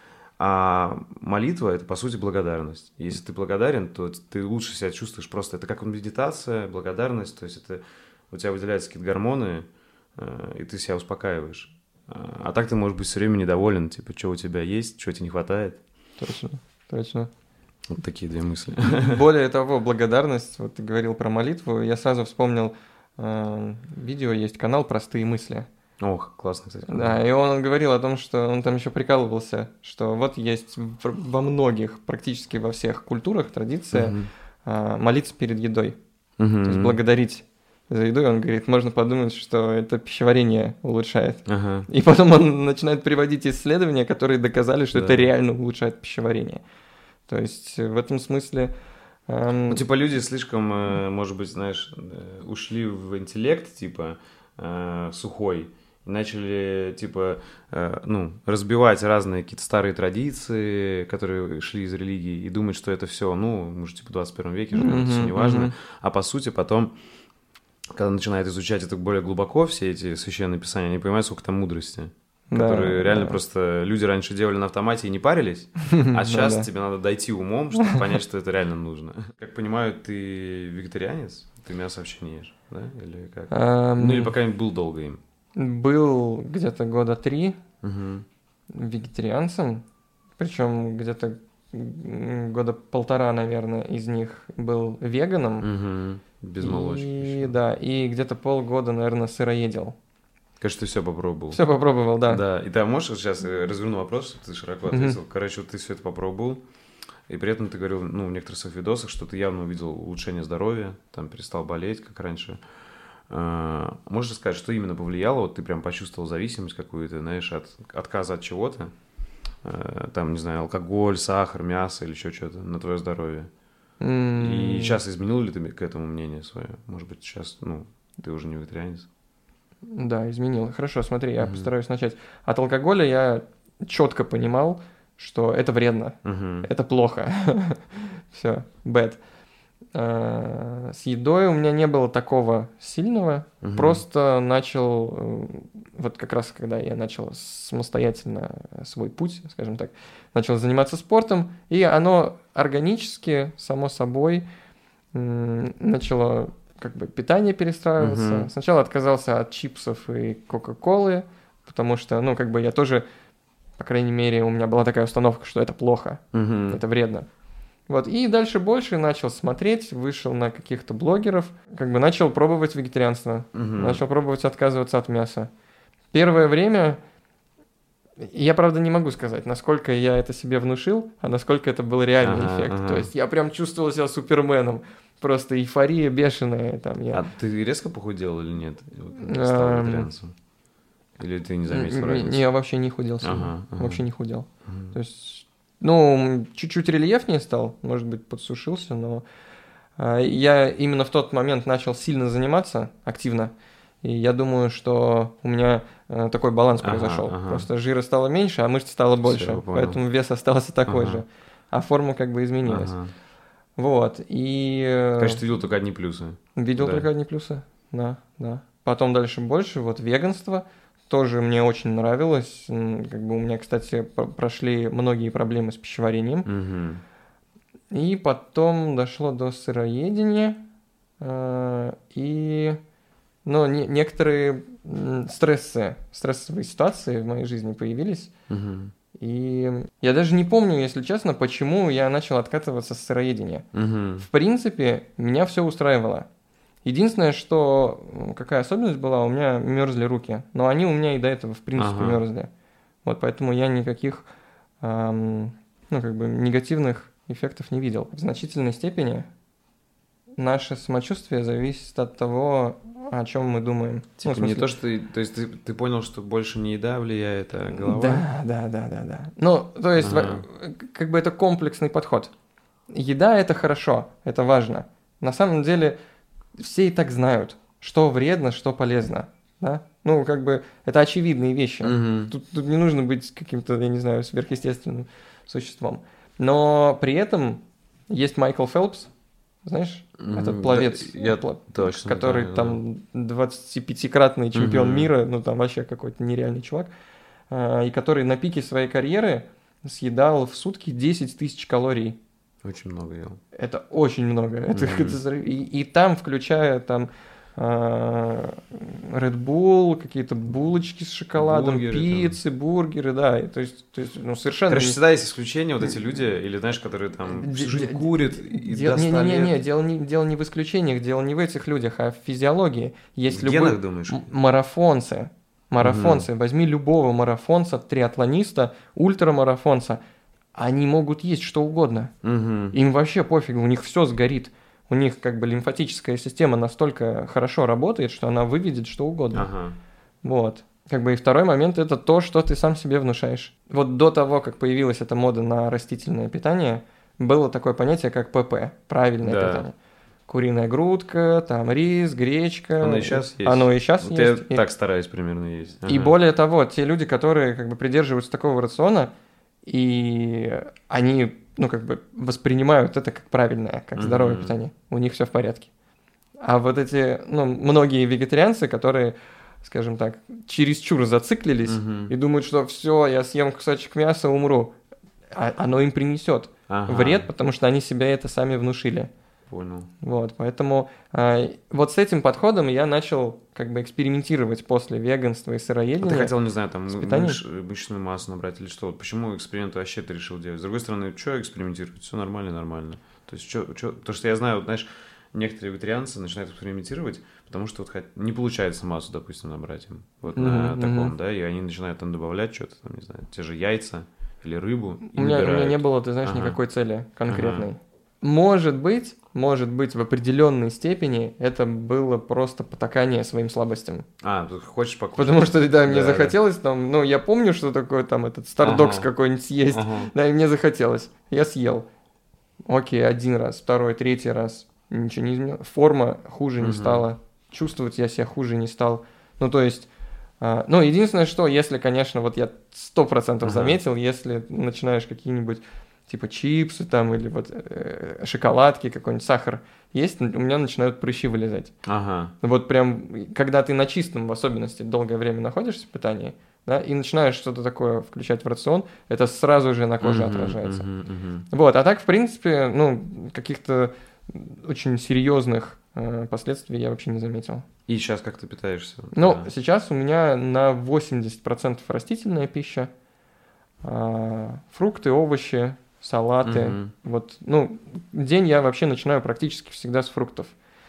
A: А молитва — это, по сути, благодарность. Если ты благодарен, то ты лучше себя чувствуешь просто. Это как медитация, благодарность. То есть это у тебя выделяются какие-то гормоны, э, и ты себя успокаиваешь. А а так ты можешь быть все время недоволен, типа, что у тебя есть, чего тебе не хватает.
B: Точно, точно.
A: Вот такие две мысли.
B: Более того, благодарность, вот ты говорил про молитву, я сразу вспомнил, э, видео есть, канал «Простые мысли».
A: Ох, классно, кстати.
B: Да, и он говорил о том, что он там еще прикалывался, что вот есть в- во многих, практически во всех культурах традиция
A: Мгм.
B: а, молиться перед едой,
A: Мгм.
B: то есть благодарить за еду. И он говорит, можно подумать, что это пищеварение улучшает.
A: Ага.
B: И потом он начинает приводить исследования, которые доказали, что
A: Да.
B: это реально улучшает пищеварение. То есть в этом смысле... эм,
A: Ну, типа, люди слишком, э, может быть, знаешь, э, ушли в интеллект, типа, э, сухой, и начали, типа, э, ну, разбивать разные какие-то старые традиции, которые шли из религии, и думать, что это все, ну, мы же, типа, в двадцать первом веке живем, это все
B: Мгм,
A: неважно.
B: мгм.
A: А по сути потом, когда начинают изучать это более глубоко, все эти священные писания, они понимают, сколько там мудрости.
B: Да,
A: Которые реально
B: да.
A: просто люди раньше делали на автомате и не парились, а
B: Ну
A: сейчас
B: да.
A: тебе надо дойти умом, чтобы понять, что это реально нужно. Как понимаю, ты вегетарианец? Ты мясо вообще не ешь, да? Или как?
B: Эм,
A: Ну или пока не был долго им.
B: Был где-то года три
A: Мгм.
B: вегетарианцем, причем где-то м, года полтора, наверное, из них был веганом.
A: Мгм. Без молочки.
B: И
A: ещё.
B: да, и где-то полгода, наверное, сыроедел.
A: Кажется, ты все попробовал.
B: Все попробовал, да.
A: Да, и ты можешь сейчас э, разверну вопрос, чтобы ты широко
B: Мгм.
A: ответил. Короче, вот ты все это попробовал, и при этом ты говорил, ну, в некоторых своих видосах, что ты явно увидел улучшение здоровья, там перестал болеть, как раньше. А, Можешь сказать, что именно повлияло? Вот ты прям почувствовал зависимость какую-то, знаешь, от отказа от чего-то? Э, Там, не знаю, алкоголь, сахар, мясо или еще что-то на твое здоровье.
B: М,
A: И сейчас изменил ли ты к этому мнение свое? Может быть, сейчас, ну, ты уже не вегетарианец?
B: Да, изменил. Хорошо, смотри, я
A: Мгм.
B: постараюсь начать. От алкоголя я четко понимал, что это вредно,
A: Мгм.
B: это плохо. Все, bad. А, С едой у меня не было такого сильного.
A: Мгм.
B: Просто начал, э, вот как раз когда я начал самостоятельно свой путь, скажем так, начал заниматься спортом, и оно органически, само собой, м, начало как бы питание перестраиваться.
A: Мгм.
B: Сначала отказался от чипсов и кока-колы, потому что, ну, как бы я тоже, по крайней мере, у меня была такая установка, что это плохо,
A: Мгм.
B: это вредно. Вот, и дальше больше начал смотреть, вышел на каких-то блогеров, как бы начал пробовать вегетарианство,
A: Угу.
B: начал пробовать отказываться от мяса. Первое время, я, правда, не могу сказать, насколько я это себе внушил, а насколько это был реальный
A: Ага,
B: эффект.
A: ага.
B: То есть я прям чувствовал себя суперменом, просто эйфория бешеная. Там, я...
A: А ты резко похудел или нет? Вот, когда стал
B: Эм,
A: вегетарианцем? Или ты не заметил
B: Не,
A: разницу?
B: не, я вообще не худел сильно.
A: Ага, ага.
B: Вообще не худел.
A: Мгм.
B: То есть, ну, чуть-чуть рельефнее стал, может быть, подсушился, но а, я именно в тот момент начал сильно заниматься активно. И я думаю, что у меня а, такой баланс
A: Ага,
B: произошел.
A: ага.
B: Просто жира стало меньше, а мышц стало больше.
A: Всё, понял.
B: Поэтому вес остался такой
A: Ага.
B: же. А форма как бы изменилась.
A: Ага.
B: Вот. И э,
A: Конечно, ты видел только одни плюсы.
B: видел
A: Да.
B: только одни плюсы. Да, да. Потом дальше больше. Вот веганство тоже мне очень нравилось. М, Как бы у меня, кстати, п- прошли многие проблемы с пищеварением.
A: Мгм.
B: И потом дошло до сыроедения. э, И, ну, не- некоторые м, стрессы, стрессовые ситуации в моей жизни появились.
A: Мгм.
B: И я даже не помню, если честно, почему я начал откатываться с сыроедения.
A: Мгм.
B: В принципе, меня все устраивало. Единственное, что м, какая особенность была, у меня мерзли руки. Но они у меня и до этого, в принципе,
A: Ага.
B: мерзли. Вот поэтому я никаких ам, ну, как бы негативных эффектов не видел. В значительной степени наше самочувствие зависит от того, о чем мы думаем. Ну,
A: Типа
B: в смысле-
A: не то, что ты... То есть ты, ты понял, что больше не еда влияет, а голова?
B: Да, да, да, да, да. Ну, то есть,
A: Ага.
B: во- как бы это комплексный подход. Еда – это хорошо, это важно. На самом деле все и так знают, что вредно, что полезно. Да? Ну, как бы это очевидные вещи.
A: Мгм.
B: Тут, тут не нужно быть каким-то, я не знаю, сверхъестественным существом. Но при этом есть Майкл Фелпс, знаешь,
A: Мгм.
B: этот пловец,
A: Да, я
B: пла-
A: точно
B: который
A: знаю,
B: там двадцатипятикратный чемпион
A: Мгм.
B: мира, ну там вообще какой-то нереальный чувак, а, и который на пике своей карьеры съедал в сутки десять тысяч калорий.
A: да. Очень много ел.
B: Это очень много. Это,
A: Мгм.
B: это взрыв. и, и там, включая там а, Red Bull, какие-то булочки с шоколадом,
A: Бургеры там.
B: пиццы, бургеры, да. И то есть, то есть ну, совершенно...
A: Короче,
B: не-
A: всегда есть исключения, вот эти люди, или знаешь, которые там
B: Де-
A: всю жизнь
B: де-
A: курят и
B: Дел-
A: до ста
B: Не-не-не,
A: лет.
B: дело не, дело не в исключениях, дело не в этих людях, а в физиологии. Есть
A: В
B: любые
A: генах, думаешь?
B: м- марафонцы. Марафонцы. Возьми любого марафонца, триатлониста, ультрамарафонца. Они могут есть что угодно.
A: Мгм.
B: Им вообще пофигу, у них все сгорит. У них как бы лимфатическая система настолько хорошо работает, что она выведет что угодно.
A: Ага.
B: Вот. Как бы и второй момент – это то, что ты сам себе внушаешь. Вот до того, как появилась эта мода на растительное питание, было такое понятие, как ПП – правильное
A: Да.
B: питание. Куриная грудка, там рис, гречка.
A: Оно и щас есть.
B: Оно и сейчас
A: Вот
B: есть.
A: я
B: И-
A: так стараюсь примерно есть.
B: И
A: Ага.
B: более того, те люди, которые как бы придерживаются такого рациона, и они, ну, как бы воспринимают это как правильное, как здоровое
A: Мгм.
B: питание. У них все в порядке. А вот эти, ну, многие вегетарианцы, которые, скажем так, чересчур зациклились
A: Мгм.
B: и думают, что все, я съем кусочек мяса, умру. А оно им принесет
A: Ага.
B: вред, потому что они себе это сами внушили.
A: Понял.
B: Вот, поэтому а, вот с этим подходом я начал как бы экспериментировать после веганства и
A: А
B: сыроедения.
A: ты хотел, не знаю, там,
B: с
A: мы-
B: питанием?
A: мыш- мышечную массу набрать или что? Вот почему эксперимент вообще ты решил делать? С другой стороны, что экспериментировать? Все нормально, нормально. То есть, что, то, что я знаю, вот, знаешь, некоторые вегетарианцы начинают экспериментировать, потому что вот хот- не получается массу, допустим, набрать им. Вот на
B: Мгм,
A: таком,
B: мгм.
A: да, и они начинают там добавлять что-то, там, не знаю, те же яйца или рыбу. И
B: У меня, у меня
A: набирают.
B: не было, ты знаешь,
A: Ага.
B: никакой цели конкретной. Может быть, может быть, в определенной степени это было просто потакание своим слабостям.
A: А, ты хочешь покушать?
B: Потому что, да, мне
A: Да, да.
B: захотелось там, ну, я помню, что такое там этот стардокс
A: Ага.
B: какой-нибудь съесть.
A: Ага.
B: Да, и мне захотелось. Я съел. Окей, один раз, второй, третий раз. Ничего не изменилось. Форма хуже не
A: Мгм.
B: стала. Чувствовать я себя хуже не стал. Ну, то есть, а, ну, единственное, что, если, конечно, вот я сто процентов
A: Ага.
B: заметил, если начинаешь какие-нибудь, типа, чипсы там, или вот э, шоколадки, какой-нибудь сахар есть, у меня начинают прыщи вылезать.
A: Ага.
B: Вот прям, когда ты на чистом, в особенности, долгое время находишься в питании, да, и начинаешь что-то такое включать в рацион, это сразу же на коже
A: Мгм,
B: отражается.
A: мгм, мгм.
B: Вот, а так, в принципе, ну, каких-то очень серьезных э, последствий я вообще не заметил.
A: И сейчас как ты питаешься?
B: Ну,
A: Да.
B: сейчас у меня на восемьдесят процентов растительная пища, а, фрукты, овощи, салаты.
A: Мгм.
B: Вот, ну, день я вообще начинаю практически всегда с фруктов.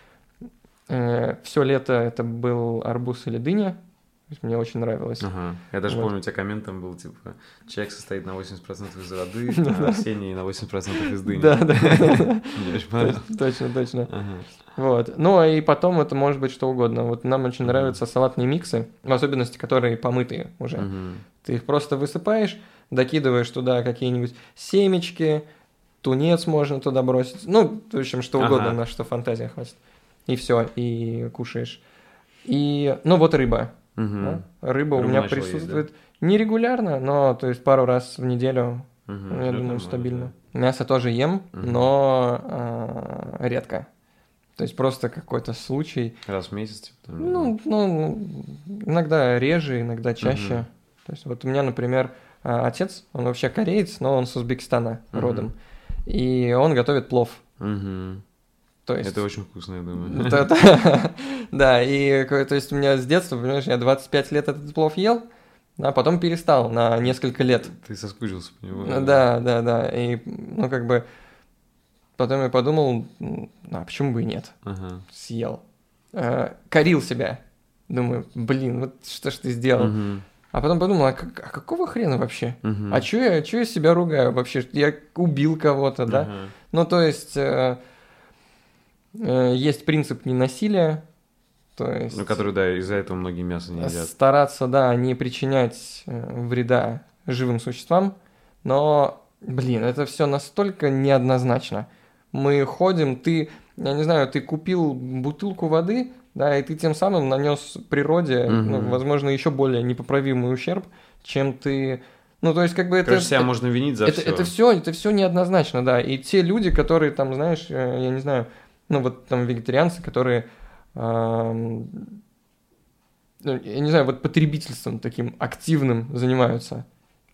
B: Все лето это был арбуз или дыня. То есть мне очень нравилось.
A: Ага. Я даже
B: Вот.
A: помню, у тебя коммент там был, типа, человек состоит на восемьдесят процентов из воды, а Арсений на восемьдесят процентов из дыни.
B: Да, да, да.
A: Мне очень понравилось.
B: Точно, точно.
A: Ага.
B: Вот. Ну, и потом это может быть что угодно. Вот нам очень
A: Мгм.
B: нравятся салатные миксы, в особенности, которые помытые уже.
A: Мгм.
B: Ты их просто высыпаешь, докидываешь туда какие-нибудь семечки, тунец можно туда бросить. Ну, в общем, что угодно,
A: Ага.
B: на что фантазия хватит. И все, и кушаешь. И, ну, вот рыба.
A: Мгм.
B: Да? Рыба у
A: Рыбу
B: меня
A: начал есть,
B: присутствует нерегулярно, но, то есть, пару раз в неделю,
A: Мгм.
B: я
A: Ну,
B: думаю,
A: нормально,
B: стабильно. Мясо тоже ем,
A: Мгм.
B: но а, редко. То есть просто какой-то случай.
A: да. Раз в месяц, типа, там,
B: Ну, ну, иногда реже, иногда чаще.
A: Мгм.
B: То есть вот у меня, например, а, отец, он вообще кореец, но он с Узбекистана
A: Мгм.
B: родом. И он готовит плов.
A: Мгм.
B: То есть...
A: Это очень вкусно, я думаю.
B: Да, да. Да, и ко- то есть у меня с детства, понимаешь, я двадцать пять лет этот плов ел, а потом перестал на несколько лет.
A: Ты соскучился по нему.
B: Ну, Да, да, да. И, ну, как бы, потом я подумал, м, а почему бы и нет?
A: Ага.
B: Съел. Э, Корил себя. Думаю, блин, вот что ж ты сделал?
A: Мгм.
B: А потом подумал, а, как- а какого хрена вообще?
A: Мгм.
B: А чё я, чё я себя ругаю вообще? Я убил кого-то, да?
A: Ага.
B: Ну, то есть, э, э, есть принцип ненасилия, то есть...
A: Ну, который, да, из-за этого многие мясо не едят.
B: Стараться, да, не причинять э, вреда живым существам, но, блин, это все настолько неоднозначно. Мы ходим, ты, я не знаю, ты купил бутылку воды, да, и ты тем самым нанес природе, ну,
A: Мгм.
B: возможно, еще более непоправимый ущерб, чем ты... Ну, то есть, как бы это...
A: Короче, себя
B: это-
A: можно винить за
B: это,
A: все.
B: это все, это все неоднозначно, да. И те люди, которые там, знаешь, э, я не знаю, ну вот там вегетарианцы, которые, ам, ну, я не знаю, вот потребительством таким активным занимаются.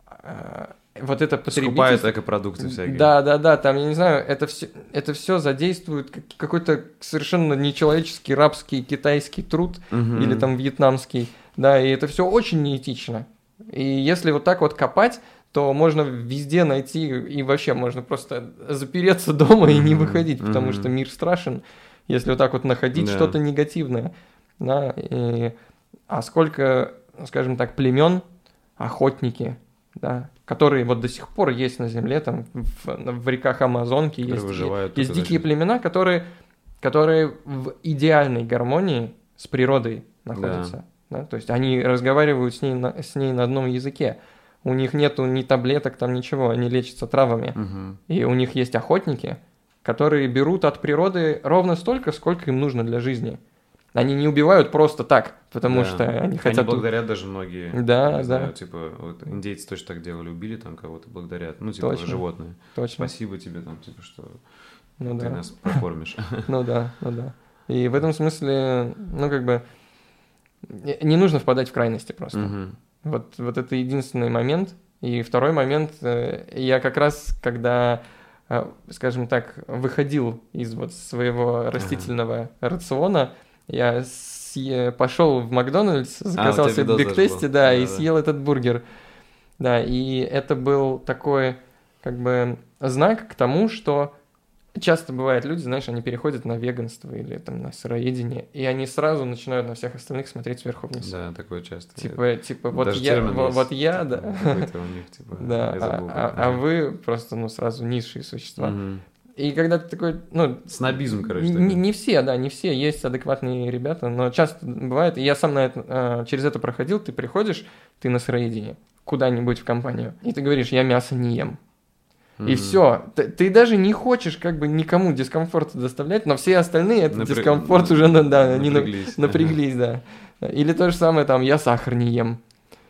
B: А, Вот это
A: Скупают
B: потребительство.
A: экопродукты всякие.
B: Да, да, да, там, я не знаю, это все, это все задействует как- какой-то совершенно нечеловеческий рабский китайский труд
A: Мгм.
B: или там вьетнамский, да, и это все очень неэтично. И если вот так вот копать, то можно везде найти, и вообще можно просто запереться дома и не
A: Мгм,
B: выходить, потому
A: мгм.
B: что мир страшен, если вот так вот находить
A: Да.
B: что-то негативное. Да, и- а сколько, скажем так, племен, охотники, да, которые вот до сих пор есть на земле, там в, в реках Амазонки
A: Которые
B: есть,
A: выживают
B: есть
A: только за
B: дикие
A: счет-
B: племена, которые, которые в идеальной гармонии с природой находятся. Да. То есть они разговаривают с ней, на, с ней на одном языке. У них нету ни таблеток, там ничего, они лечатся травами.
A: Мгм.
B: И у них есть охотники, которые берут от природы ровно столько, сколько им нужно для жизни. Они не убивают просто так, потому
A: Да.
B: что они
A: Они
B: хотят...
A: благодарят даже многие.
B: Да,
A: Не
B: да.
A: знаю, типа, вот индейцы точно так делали, убили там кого-то, благодарят. Ну, типа,
B: Точно.
A: животные.
B: Точно.
A: Спасибо тебе там, типа, что
B: Ну
A: ты
B: да.
A: нас прокормишь.
B: Ну да, ну да. И в этом смысле, ну как бы, не не нужно впадать в крайности просто.
A: Мгм.
B: Вот, вот это единственный момент. И второй момент, э, я как раз, когда, э, скажем так, выходил из вот своего растительного рациона, я съе- пошел в Макдональдс, заказал
A: А, у тебя
B: себе
A: видос
B: Биг
A: даже
B: Тести,
A: был.
B: да, и
A: Да-да.
B: съел этот бургер. Да, и это был такой, как бы, знак к тому, что часто бывает, люди, знаешь, они переходят на веганство или там на сыроедение, и они сразу начинают на всех остальных смотреть сверху вниз.
A: Да, такое часто.
B: Типа, типа вот,
A: Даже
B: я,
A: термин
B: во-
A: есть,
B: вот я,
A: типа,
B: да.
A: какой-то у них, типа,
B: Да,
A: я забыл,
B: а,
A: как
B: а- а
A: называется.
B: вы просто, ну, сразу низшие существа.
A: Мгм.
B: И когда ты такой, ну...
A: Снобизм, короче,
B: не,
A: такой.
B: не все, да, не все, есть адекватные ребята, но часто бывает, и я сам на это, а, через это проходил, ты приходишь, ты на сыроедении, куда-нибудь в компанию, и ты говоришь, я мясо не ем. И
A: Мгм.
B: все. Ты, ты даже не хочешь как бы никому дискомфорт доставлять, но все остальные этот
A: Напря-
B: дискомфорт уже на- да, они на-
A: Напряглись.
B: напряглись, да. Или то же самое там, я сахар не ем.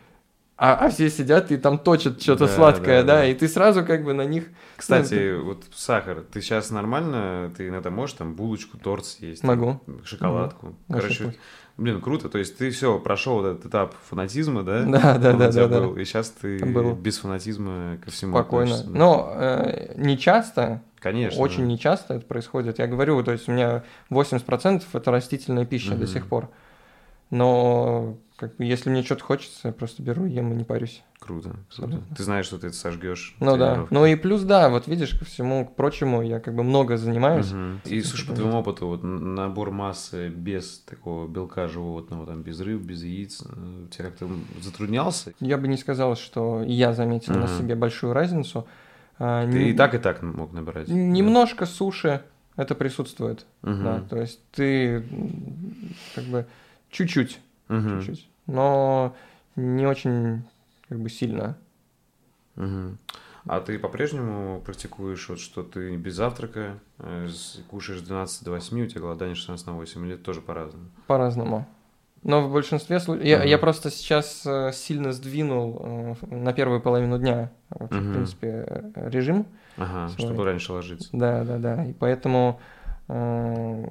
B: А, а все сидят и там точат что-то
A: Да,
B: сладкое,
A: да,
B: да,
A: да.
B: и ты сразу как бы на них...
A: Кстати, вот сахар. Ты сейчас нормально, ты иногда можешь там булочку, торт съесть?
B: Могу.
A: там, Шоколадку.
B: Вообще
A: Короче,
B: пусть.
A: блин, круто. То есть ты все, прошел вот этот этап фанатизма, да?
B: Да, да,
A: Он
B: да,
A: у тебя
B: да, да.
A: был, и сейчас ты
B: Был.
A: без фанатизма ко всему
B: Спокойно.
A: относишься, да?
B: Но э, не часто,
A: Конечно.
B: очень не часто это происходит. Я говорю, то есть у меня восемьдесят процентов это растительная пища до
A: Мгм.
B: сих пор. Но как бы, если мне что-то хочется, я просто беру, ем и не парюсь.
A: Круто, круто. Ты знаешь, что ты это сожгешь.
B: Ну да. Ну и плюс, да, вот видишь, ко всему к прочему, я как бы много занимаюсь.
A: Угу. И, слушай, по твоему опыту, вот набор массы без такого белка животного, там, без рыб, без яиц, тебя как-то затруднялся?
B: Я бы не сказал, что я заметил угу. на себе большую разницу.
A: Ты не... и так, и так мог набрать?
B: Немножко да. суши это присутствует, угу. да, то есть ты как бы чуть-чуть, угу. чуть-чуть, но не очень как бы сильно.
A: Угу. А ты по-прежнему практикуешь, вот, что ты без завтрака, э, кушаешь с двенадцати до восьми, у тебя голодание шестнадцать на восемь, или это тоже по-разному?
B: По-разному. Но в большинстве случаев... Uh-huh. Я, я просто сейчас сильно сдвинул на первую половину дня, uh-huh. в принципе, режим.
A: Ага, свой. Чтобы раньше ложиться.
B: Да, да, да. И поэтому, э,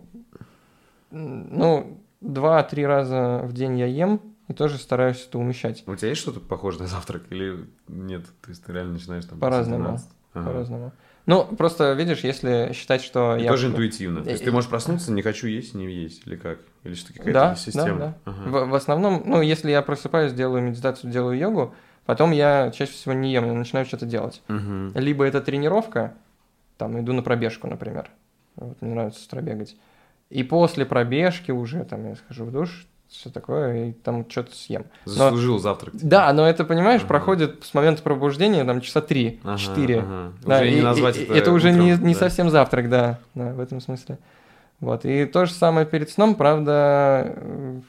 B: ну, два-три раза в день я ем, и тоже стараюсь это умещать.
A: У тебя есть что-то похожее на завтрак или нет? То есть ты реально начинаешь там...
B: По-разному, ага. по-разному. Ну, просто, видишь, если считать, что
A: и
B: я...
A: тоже интуитивно. То есть ты можешь проснуться, не хочу есть, не есть, или как? Или что-то какая-то
B: да,
A: система?
B: Да, да. Ага. В, в основном, ну, если я просыпаюсь, делаю медитацию, делаю йогу, потом я чаще всего не ем, я начинаю что-то делать.
A: Угу.
B: Либо это тренировка, там, иду на пробежку, например. Вот, мне нравится с утра бегать. И после пробежки уже, там, я схожу в душ, все такое, и там что-то съем.
A: Заслужил
B: но,
A: завтрак. Типа.
B: Да, но это, понимаешь,
A: ага.
B: проходит с момента пробуждения там часа три-четыре.
A: Ага, ага.
B: Да,
A: уже
B: и,
A: не назвать
B: и,
A: это
B: Это уже
A: утром,
B: не, не
A: да.
B: совсем завтрак, да, да, в этом смысле. Вот, и то же самое перед сном, правда,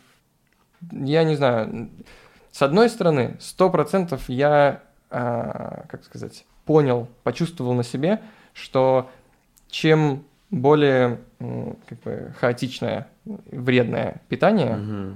B: я не знаю, с одной стороны, сто процентов я, а, как сказать, понял, почувствовал на себе, что чем более как бы хаотичное, вредное питание,
A: угу.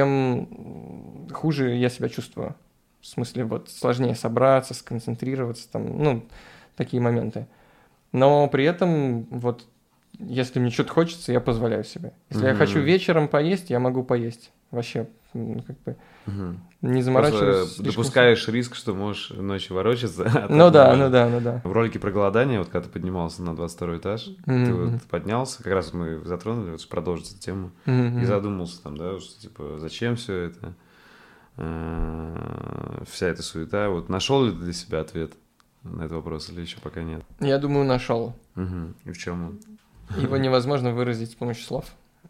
B: тем хуже я себя чувствую. В смысле, вот сложнее собраться, сконцентрироваться, там, ну, такие моменты. Но при этом, вот, если мне что-то хочется, я позволяю себе. Если угу. я хочу вечером поесть, я могу поесть. Вообще, ну, как бы,
A: угу.
B: не заморачиваюсь.
A: Просто допускаешь сильно. Риск, что можешь ночью ворочаться. А
B: ну да, ну да, ну да.
A: В ролике про голодание, вот когда ты поднимался на двадцать второй этаж, mm-hmm. ты вот поднялся, как раз мы затронули, вот, продолжить эту тему, mm-hmm. и задумался там, да, что, типа, зачем все это, вся эта суета. Вот нашел ли ты для себя ответ на этот вопрос или еще пока нет?
B: Я думаю, нашел.
A: Угу. И в чем он?
B: Его невозможно выразить с помощью слов.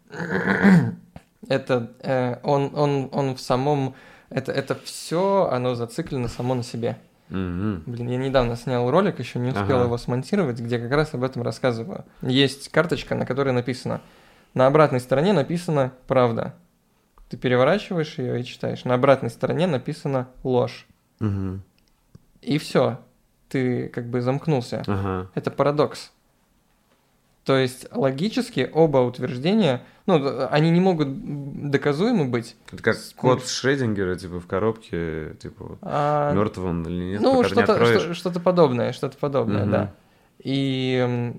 B: Это э, он, он, он в самом... Это, это все, оно зациклено само на себе.
A: Mm-hmm.
B: Блин, я недавно снял ролик, еще не успел ага. его смонтировать, где как раз об этом рассказываю. Есть карточка, на которой написано... На обратной стороне написано «правда». Ты переворачиваешь ее и читаешь. На обратной стороне написано «ложь».
A: Mm-hmm.
B: И все. Ты как бы замкнулся.
A: Ага.
B: Это парадокс. То есть логически оба утверждения, ну, они не могут доказуемы быть.
A: Это как код Шрёдингера, типа в коробке, типа а, мертв он или нет,
B: ну,
A: пока
B: что-то,
A: не откроешь.
B: Что, что-то подобное, что-то подобное, угу. да. И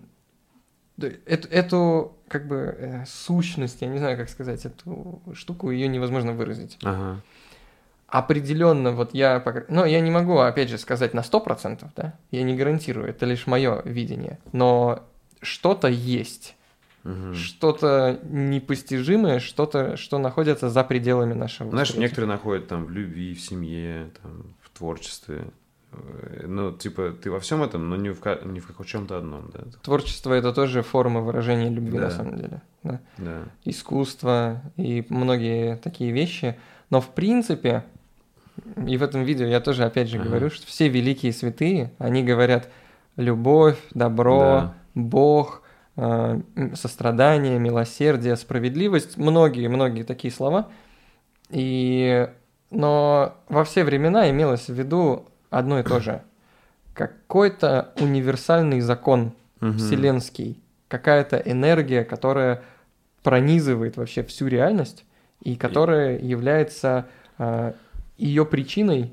B: эту, эту как бы э, сущность, я не знаю, как сказать, эту штуку, ее невозможно выразить.
A: Ага.
B: Определенно, вот я, ну, я не могу, опять же, сказать на сто процентов, да, я не гарантирую, это лишь мое видение, но что-то есть,
A: угу.
B: что-то непостижимое, что-то, что находится за пределами нашего
A: Знаешь,
B: восприятия.
A: некоторые находят там в любви, в семье, там, в творчестве. Ну, типа, ты во всем этом, но не в, не в чем-то одном, да?
B: Творчество — это тоже форма выражения любви,
A: да.
B: на самом деле. Да?
A: Да.
B: Искусство и многие такие вещи. Но, в принципе, и в этом видео я тоже, опять же, ага. говорю, что все великие святые, они говорят любовь, добро, да. Бог, э, сострадание, милосердие, справедливость, многие-многие такие слова. И... Но во все времена имелось в виду одно и то же. Какой-то универсальный закон угу. вселенский, какая-то энергия, которая пронизывает вообще всю реальность и которая и... является э, ее причиной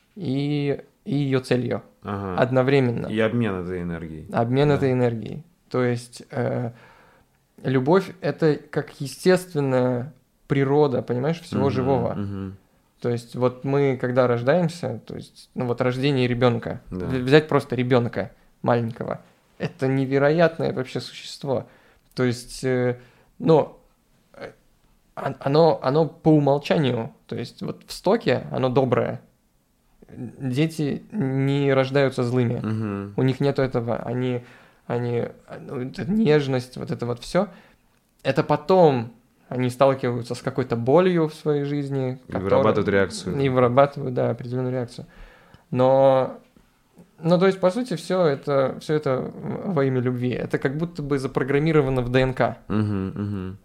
B: и, и ее целью. Ага. Одновременно.
A: И обмен этой энергией.
B: Обмен
A: да.
B: этой энергией. То есть э, любовь — это как естественная природа, понимаешь, всего угу, живого.
A: Угу.
B: То есть вот мы, когда рождаемся, то есть, ну вот рождение ребенка,
A: да.
B: взять просто ребенка маленького, это невероятное вообще существо. То есть, э, ну, оно, оно по умолчанию, то есть вот в стоке оно доброе. Дети не рождаются злыми,
A: Угу.
B: у них нету этого, они, они, ну, это нежность, вот это вот все. Это потом они сталкиваются с какой-то болью в своей жизни.
A: И вырабатывают
B: которая-
A: реакцию.
B: И вырабатывают, да, определенную реакцию. Но, ну, то есть, по сути, все это, все это во имя любви. Это как будто бы запрограммировано в ДНК.
A: Угу, угу.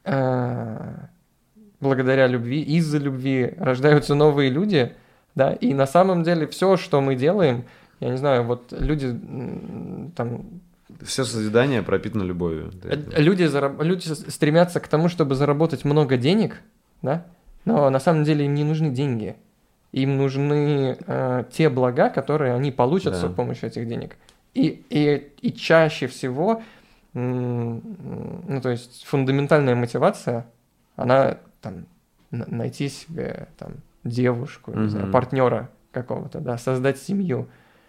B: А, Благодаря любви, из-за любви рождаются новые люди, да, и на самом деле все, что мы делаем, я не знаю, вот люди м, там
A: Все созидание пропитано любовью.
B: Э, Люди, зараб- люди с- стремятся к тому, чтобы заработать много денег, да, но на самом деле им не нужны деньги. Им нужны э, те блага, которые они получат
A: Да.
B: с помощью этих денег. И, и, и чаще всего, м, ну, то есть фундаментальная мотивация, она там н- найти себе там девушку, не знаю,
A: Мгм.
B: партнера какого-то, да, создать семью.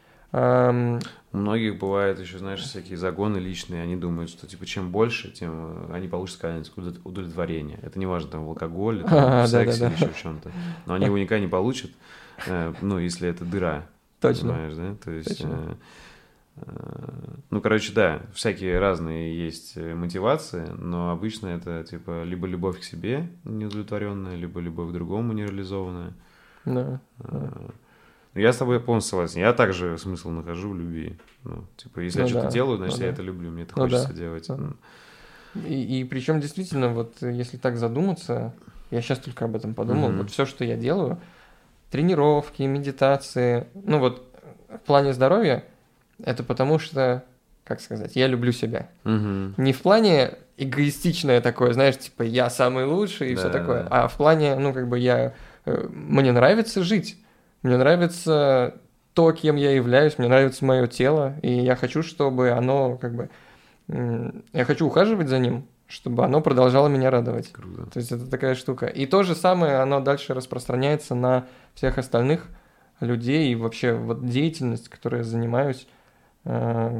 B: Эм,
A: У многих бывает еще, знаешь, всякие загоны личные, они думают, что типа чем больше, тем э, они получат какое-нибудь удов- удовлетворение. Это не важно, там, в алкоголе, там,
B: А,
A: в сексе
B: да-да-да.
A: или еще в чем-то. Но они его никогда не получат, э, ну, если это дыра.
B: Точно.
A: Понимаешь, да? То есть,
B: Точно.
A: э, э, ну, короче, да, всякие разные есть э, мотивации, но обычно это, типа, либо любовь к себе неудовлетворенная, либо любовь к другому нереализованная.
B: Да.
A: Э, Я с тобой полностью согласен. Я также смысл нахожу в любви. Ну, типа, если
B: Ну
A: я что-то
B: да,
A: делаю, значит,
B: ну
A: я
B: да.
A: это люблю, мне это
B: Ну
A: хочется
B: да,
A: делать.
B: да.
A: М.
B: И, и причем действительно, вот э, если так задуматься, я сейчас только об этом подумал,
A: Мгм.
B: вот все, что я делаю, тренировки, медитации, ну вот в плане здоровья, это потому что, как сказать, я люблю себя.
A: Мгм.
B: Не в плане эгоистичное такое, знаешь, типа я самый лучший и все
A: Да,
B: такое,
A: да.
B: а в плане, ну как бы я, э, мне нравится жить, мне нравится то, кем я являюсь, мне нравится мое тело, и я хочу, чтобы оно как бы, м, я хочу ухаживать за ним, чтобы оно продолжало меня радовать.
A: Круто.
B: То есть это такая штука. И то же самое, оно дальше распространяется на всех остальных людей и вообще вот деятельность, которой я занимаюсь. Э,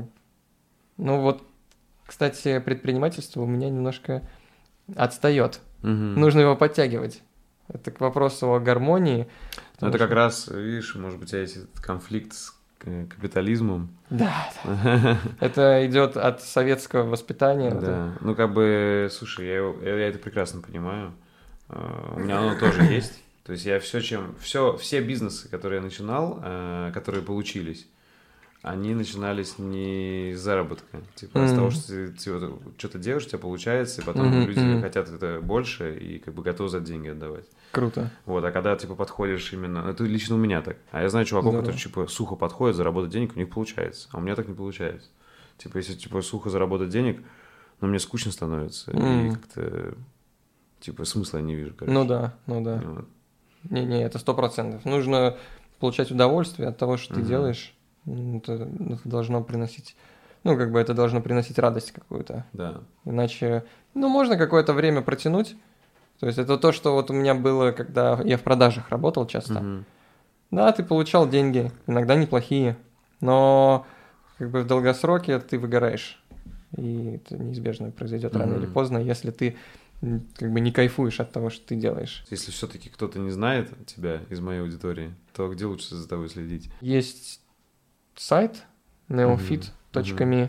B: Ну вот, кстати, предпринимательство у меня немножко отстает.
A: Мгм.
B: Нужно его подтягивать. Это к вопросу о гармонии.
A: Ну,
B: потому
A: это как
B: что-
A: раз, видишь, может быть, у тебя есть этот конфликт с э, капитализмом.
B: Да, да. Это идет от советского воспитания. вот
A: Да. Ну, как бы, слушай, я, его- я я это прекрасно понимаю. А, У меня оно тоже есть. То есть я все, чем... Все, все бизнесы, которые я начинал, э, которые получились, они начинались не с заработка. Типа с
B: Мгм.
A: того, что ты типа, что-то делаешь, у тебя получается, и потом
B: Мгм,
A: люди
B: мгм.
A: хотят это больше и как бы готовы за деньги отдавать.
B: Круто.
A: Вот, а когда типа подходишь именно... Это лично у меня так. А я знаю чуваков,
B: Здорово.
A: которые типа сухо подходят, заработать денег, у них получается. А у меня так не получается. Типа, если типа сухо заработать денег, ну, мне скучно становится. И
B: М.
A: как-то... Типа, смысла я не вижу, короче.
B: Ну да, ну да.
A: Вот.
B: Не-не, это сто процентов. Нужно получать удовольствие от того, что ты
A: Мгм.
B: делаешь. М, Это, это должно приносить... Ну, как бы это должно приносить радость какую-то.
A: Да.
B: Иначе, ну, можно какое-то время протянуть. То есть это то, что вот у меня было, когда я в продажах работал часто.
A: Мгм.
B: Да, ты получал деньги, иногда неплохие, но как бы в долгосроке ты выгораешь. И это неизбежно произойдет рано
A: Мгм.
B: или поздно, если ты м, как бы не кайфуешь от того, что ты делаешь.
A: Если все-таки кто-то не знает тебя из моей аудитории, то где лучше за тобой следить?
B: Есть сайт neofit точка me.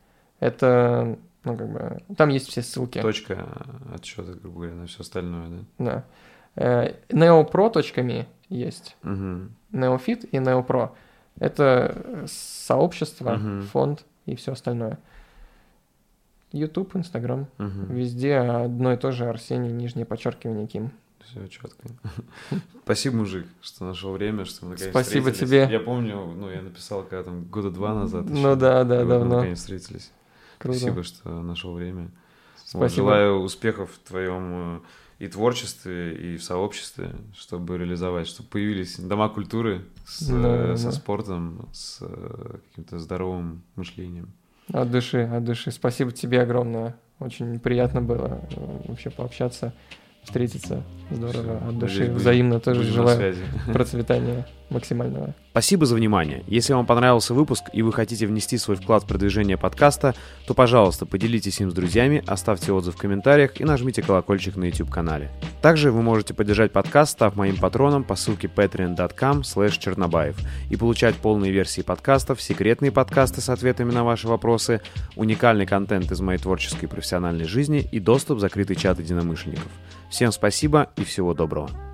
B: Это, ну, как бы, там есть все ссылки.
A: Точка отсчета, грубо говоря, на все остальное, да?
B: Да. Э, neopro точка me есть.
A: Угу.
B: Neofit и Neopro. Это сообщество,
A: Мгм.
B: фонд и все остальное. YouTube, Instagram.
A: Угу.
B: Везде одно и то же Арсений, нижнее подчеркивание, Ким.
A: Все четко. Спасибо, мужик, что нашел время, что мы наконец
B: Спасибо
A: встретились.
B: тебе.
A: Я помню, ну, я написал, когда там года два назад.
B: Ну
A: ещё,
B: да, да,
A: и вот мы
B: давно.
A: наконец встретились.
B: Круто.
A: Спасибо, что нашел время. Вот,
B: Спасибо.
A: желаю успехов в твоем э, и творчестве, и в сообществе, чтобы реализовать, чтобы появились дома культуры с,
B: Да,
A: э,
B: да,
A: со
B: да.
A: спортом, с э, каким-то здоровым мышлением.
B: От души, от души. Спасибо тебе огромное. Очень приятно было э, вообще пообщаться, встретиться. Здорово.
A: Всё.
B: От души.
A: Надеюсь, будем-
B: Взаимно тоже
A: будем на
B: желаю
A: связи.
B: процветания. максимального.
A: Спасибо за внимание. Если вам понравился выпуск и вы хотите внести свой вклад в продвижение подкаста, то, пожалуйста, поделитесь им с друзьями, оставьте отзыв в комментариях и нажмите колокольчик на YouTube-канале. Также вы можете поддержать подкаст, став моим патроном по ссылке patreon dot com slash чернобаев и получать полные версии подкастов, секретные подкасты с ответами на ваши вопросы, уникальный контент из моей творческой и профессиональной жизни и доступ в закрытый чат единомышленников. Всем спасибо и всего доброго.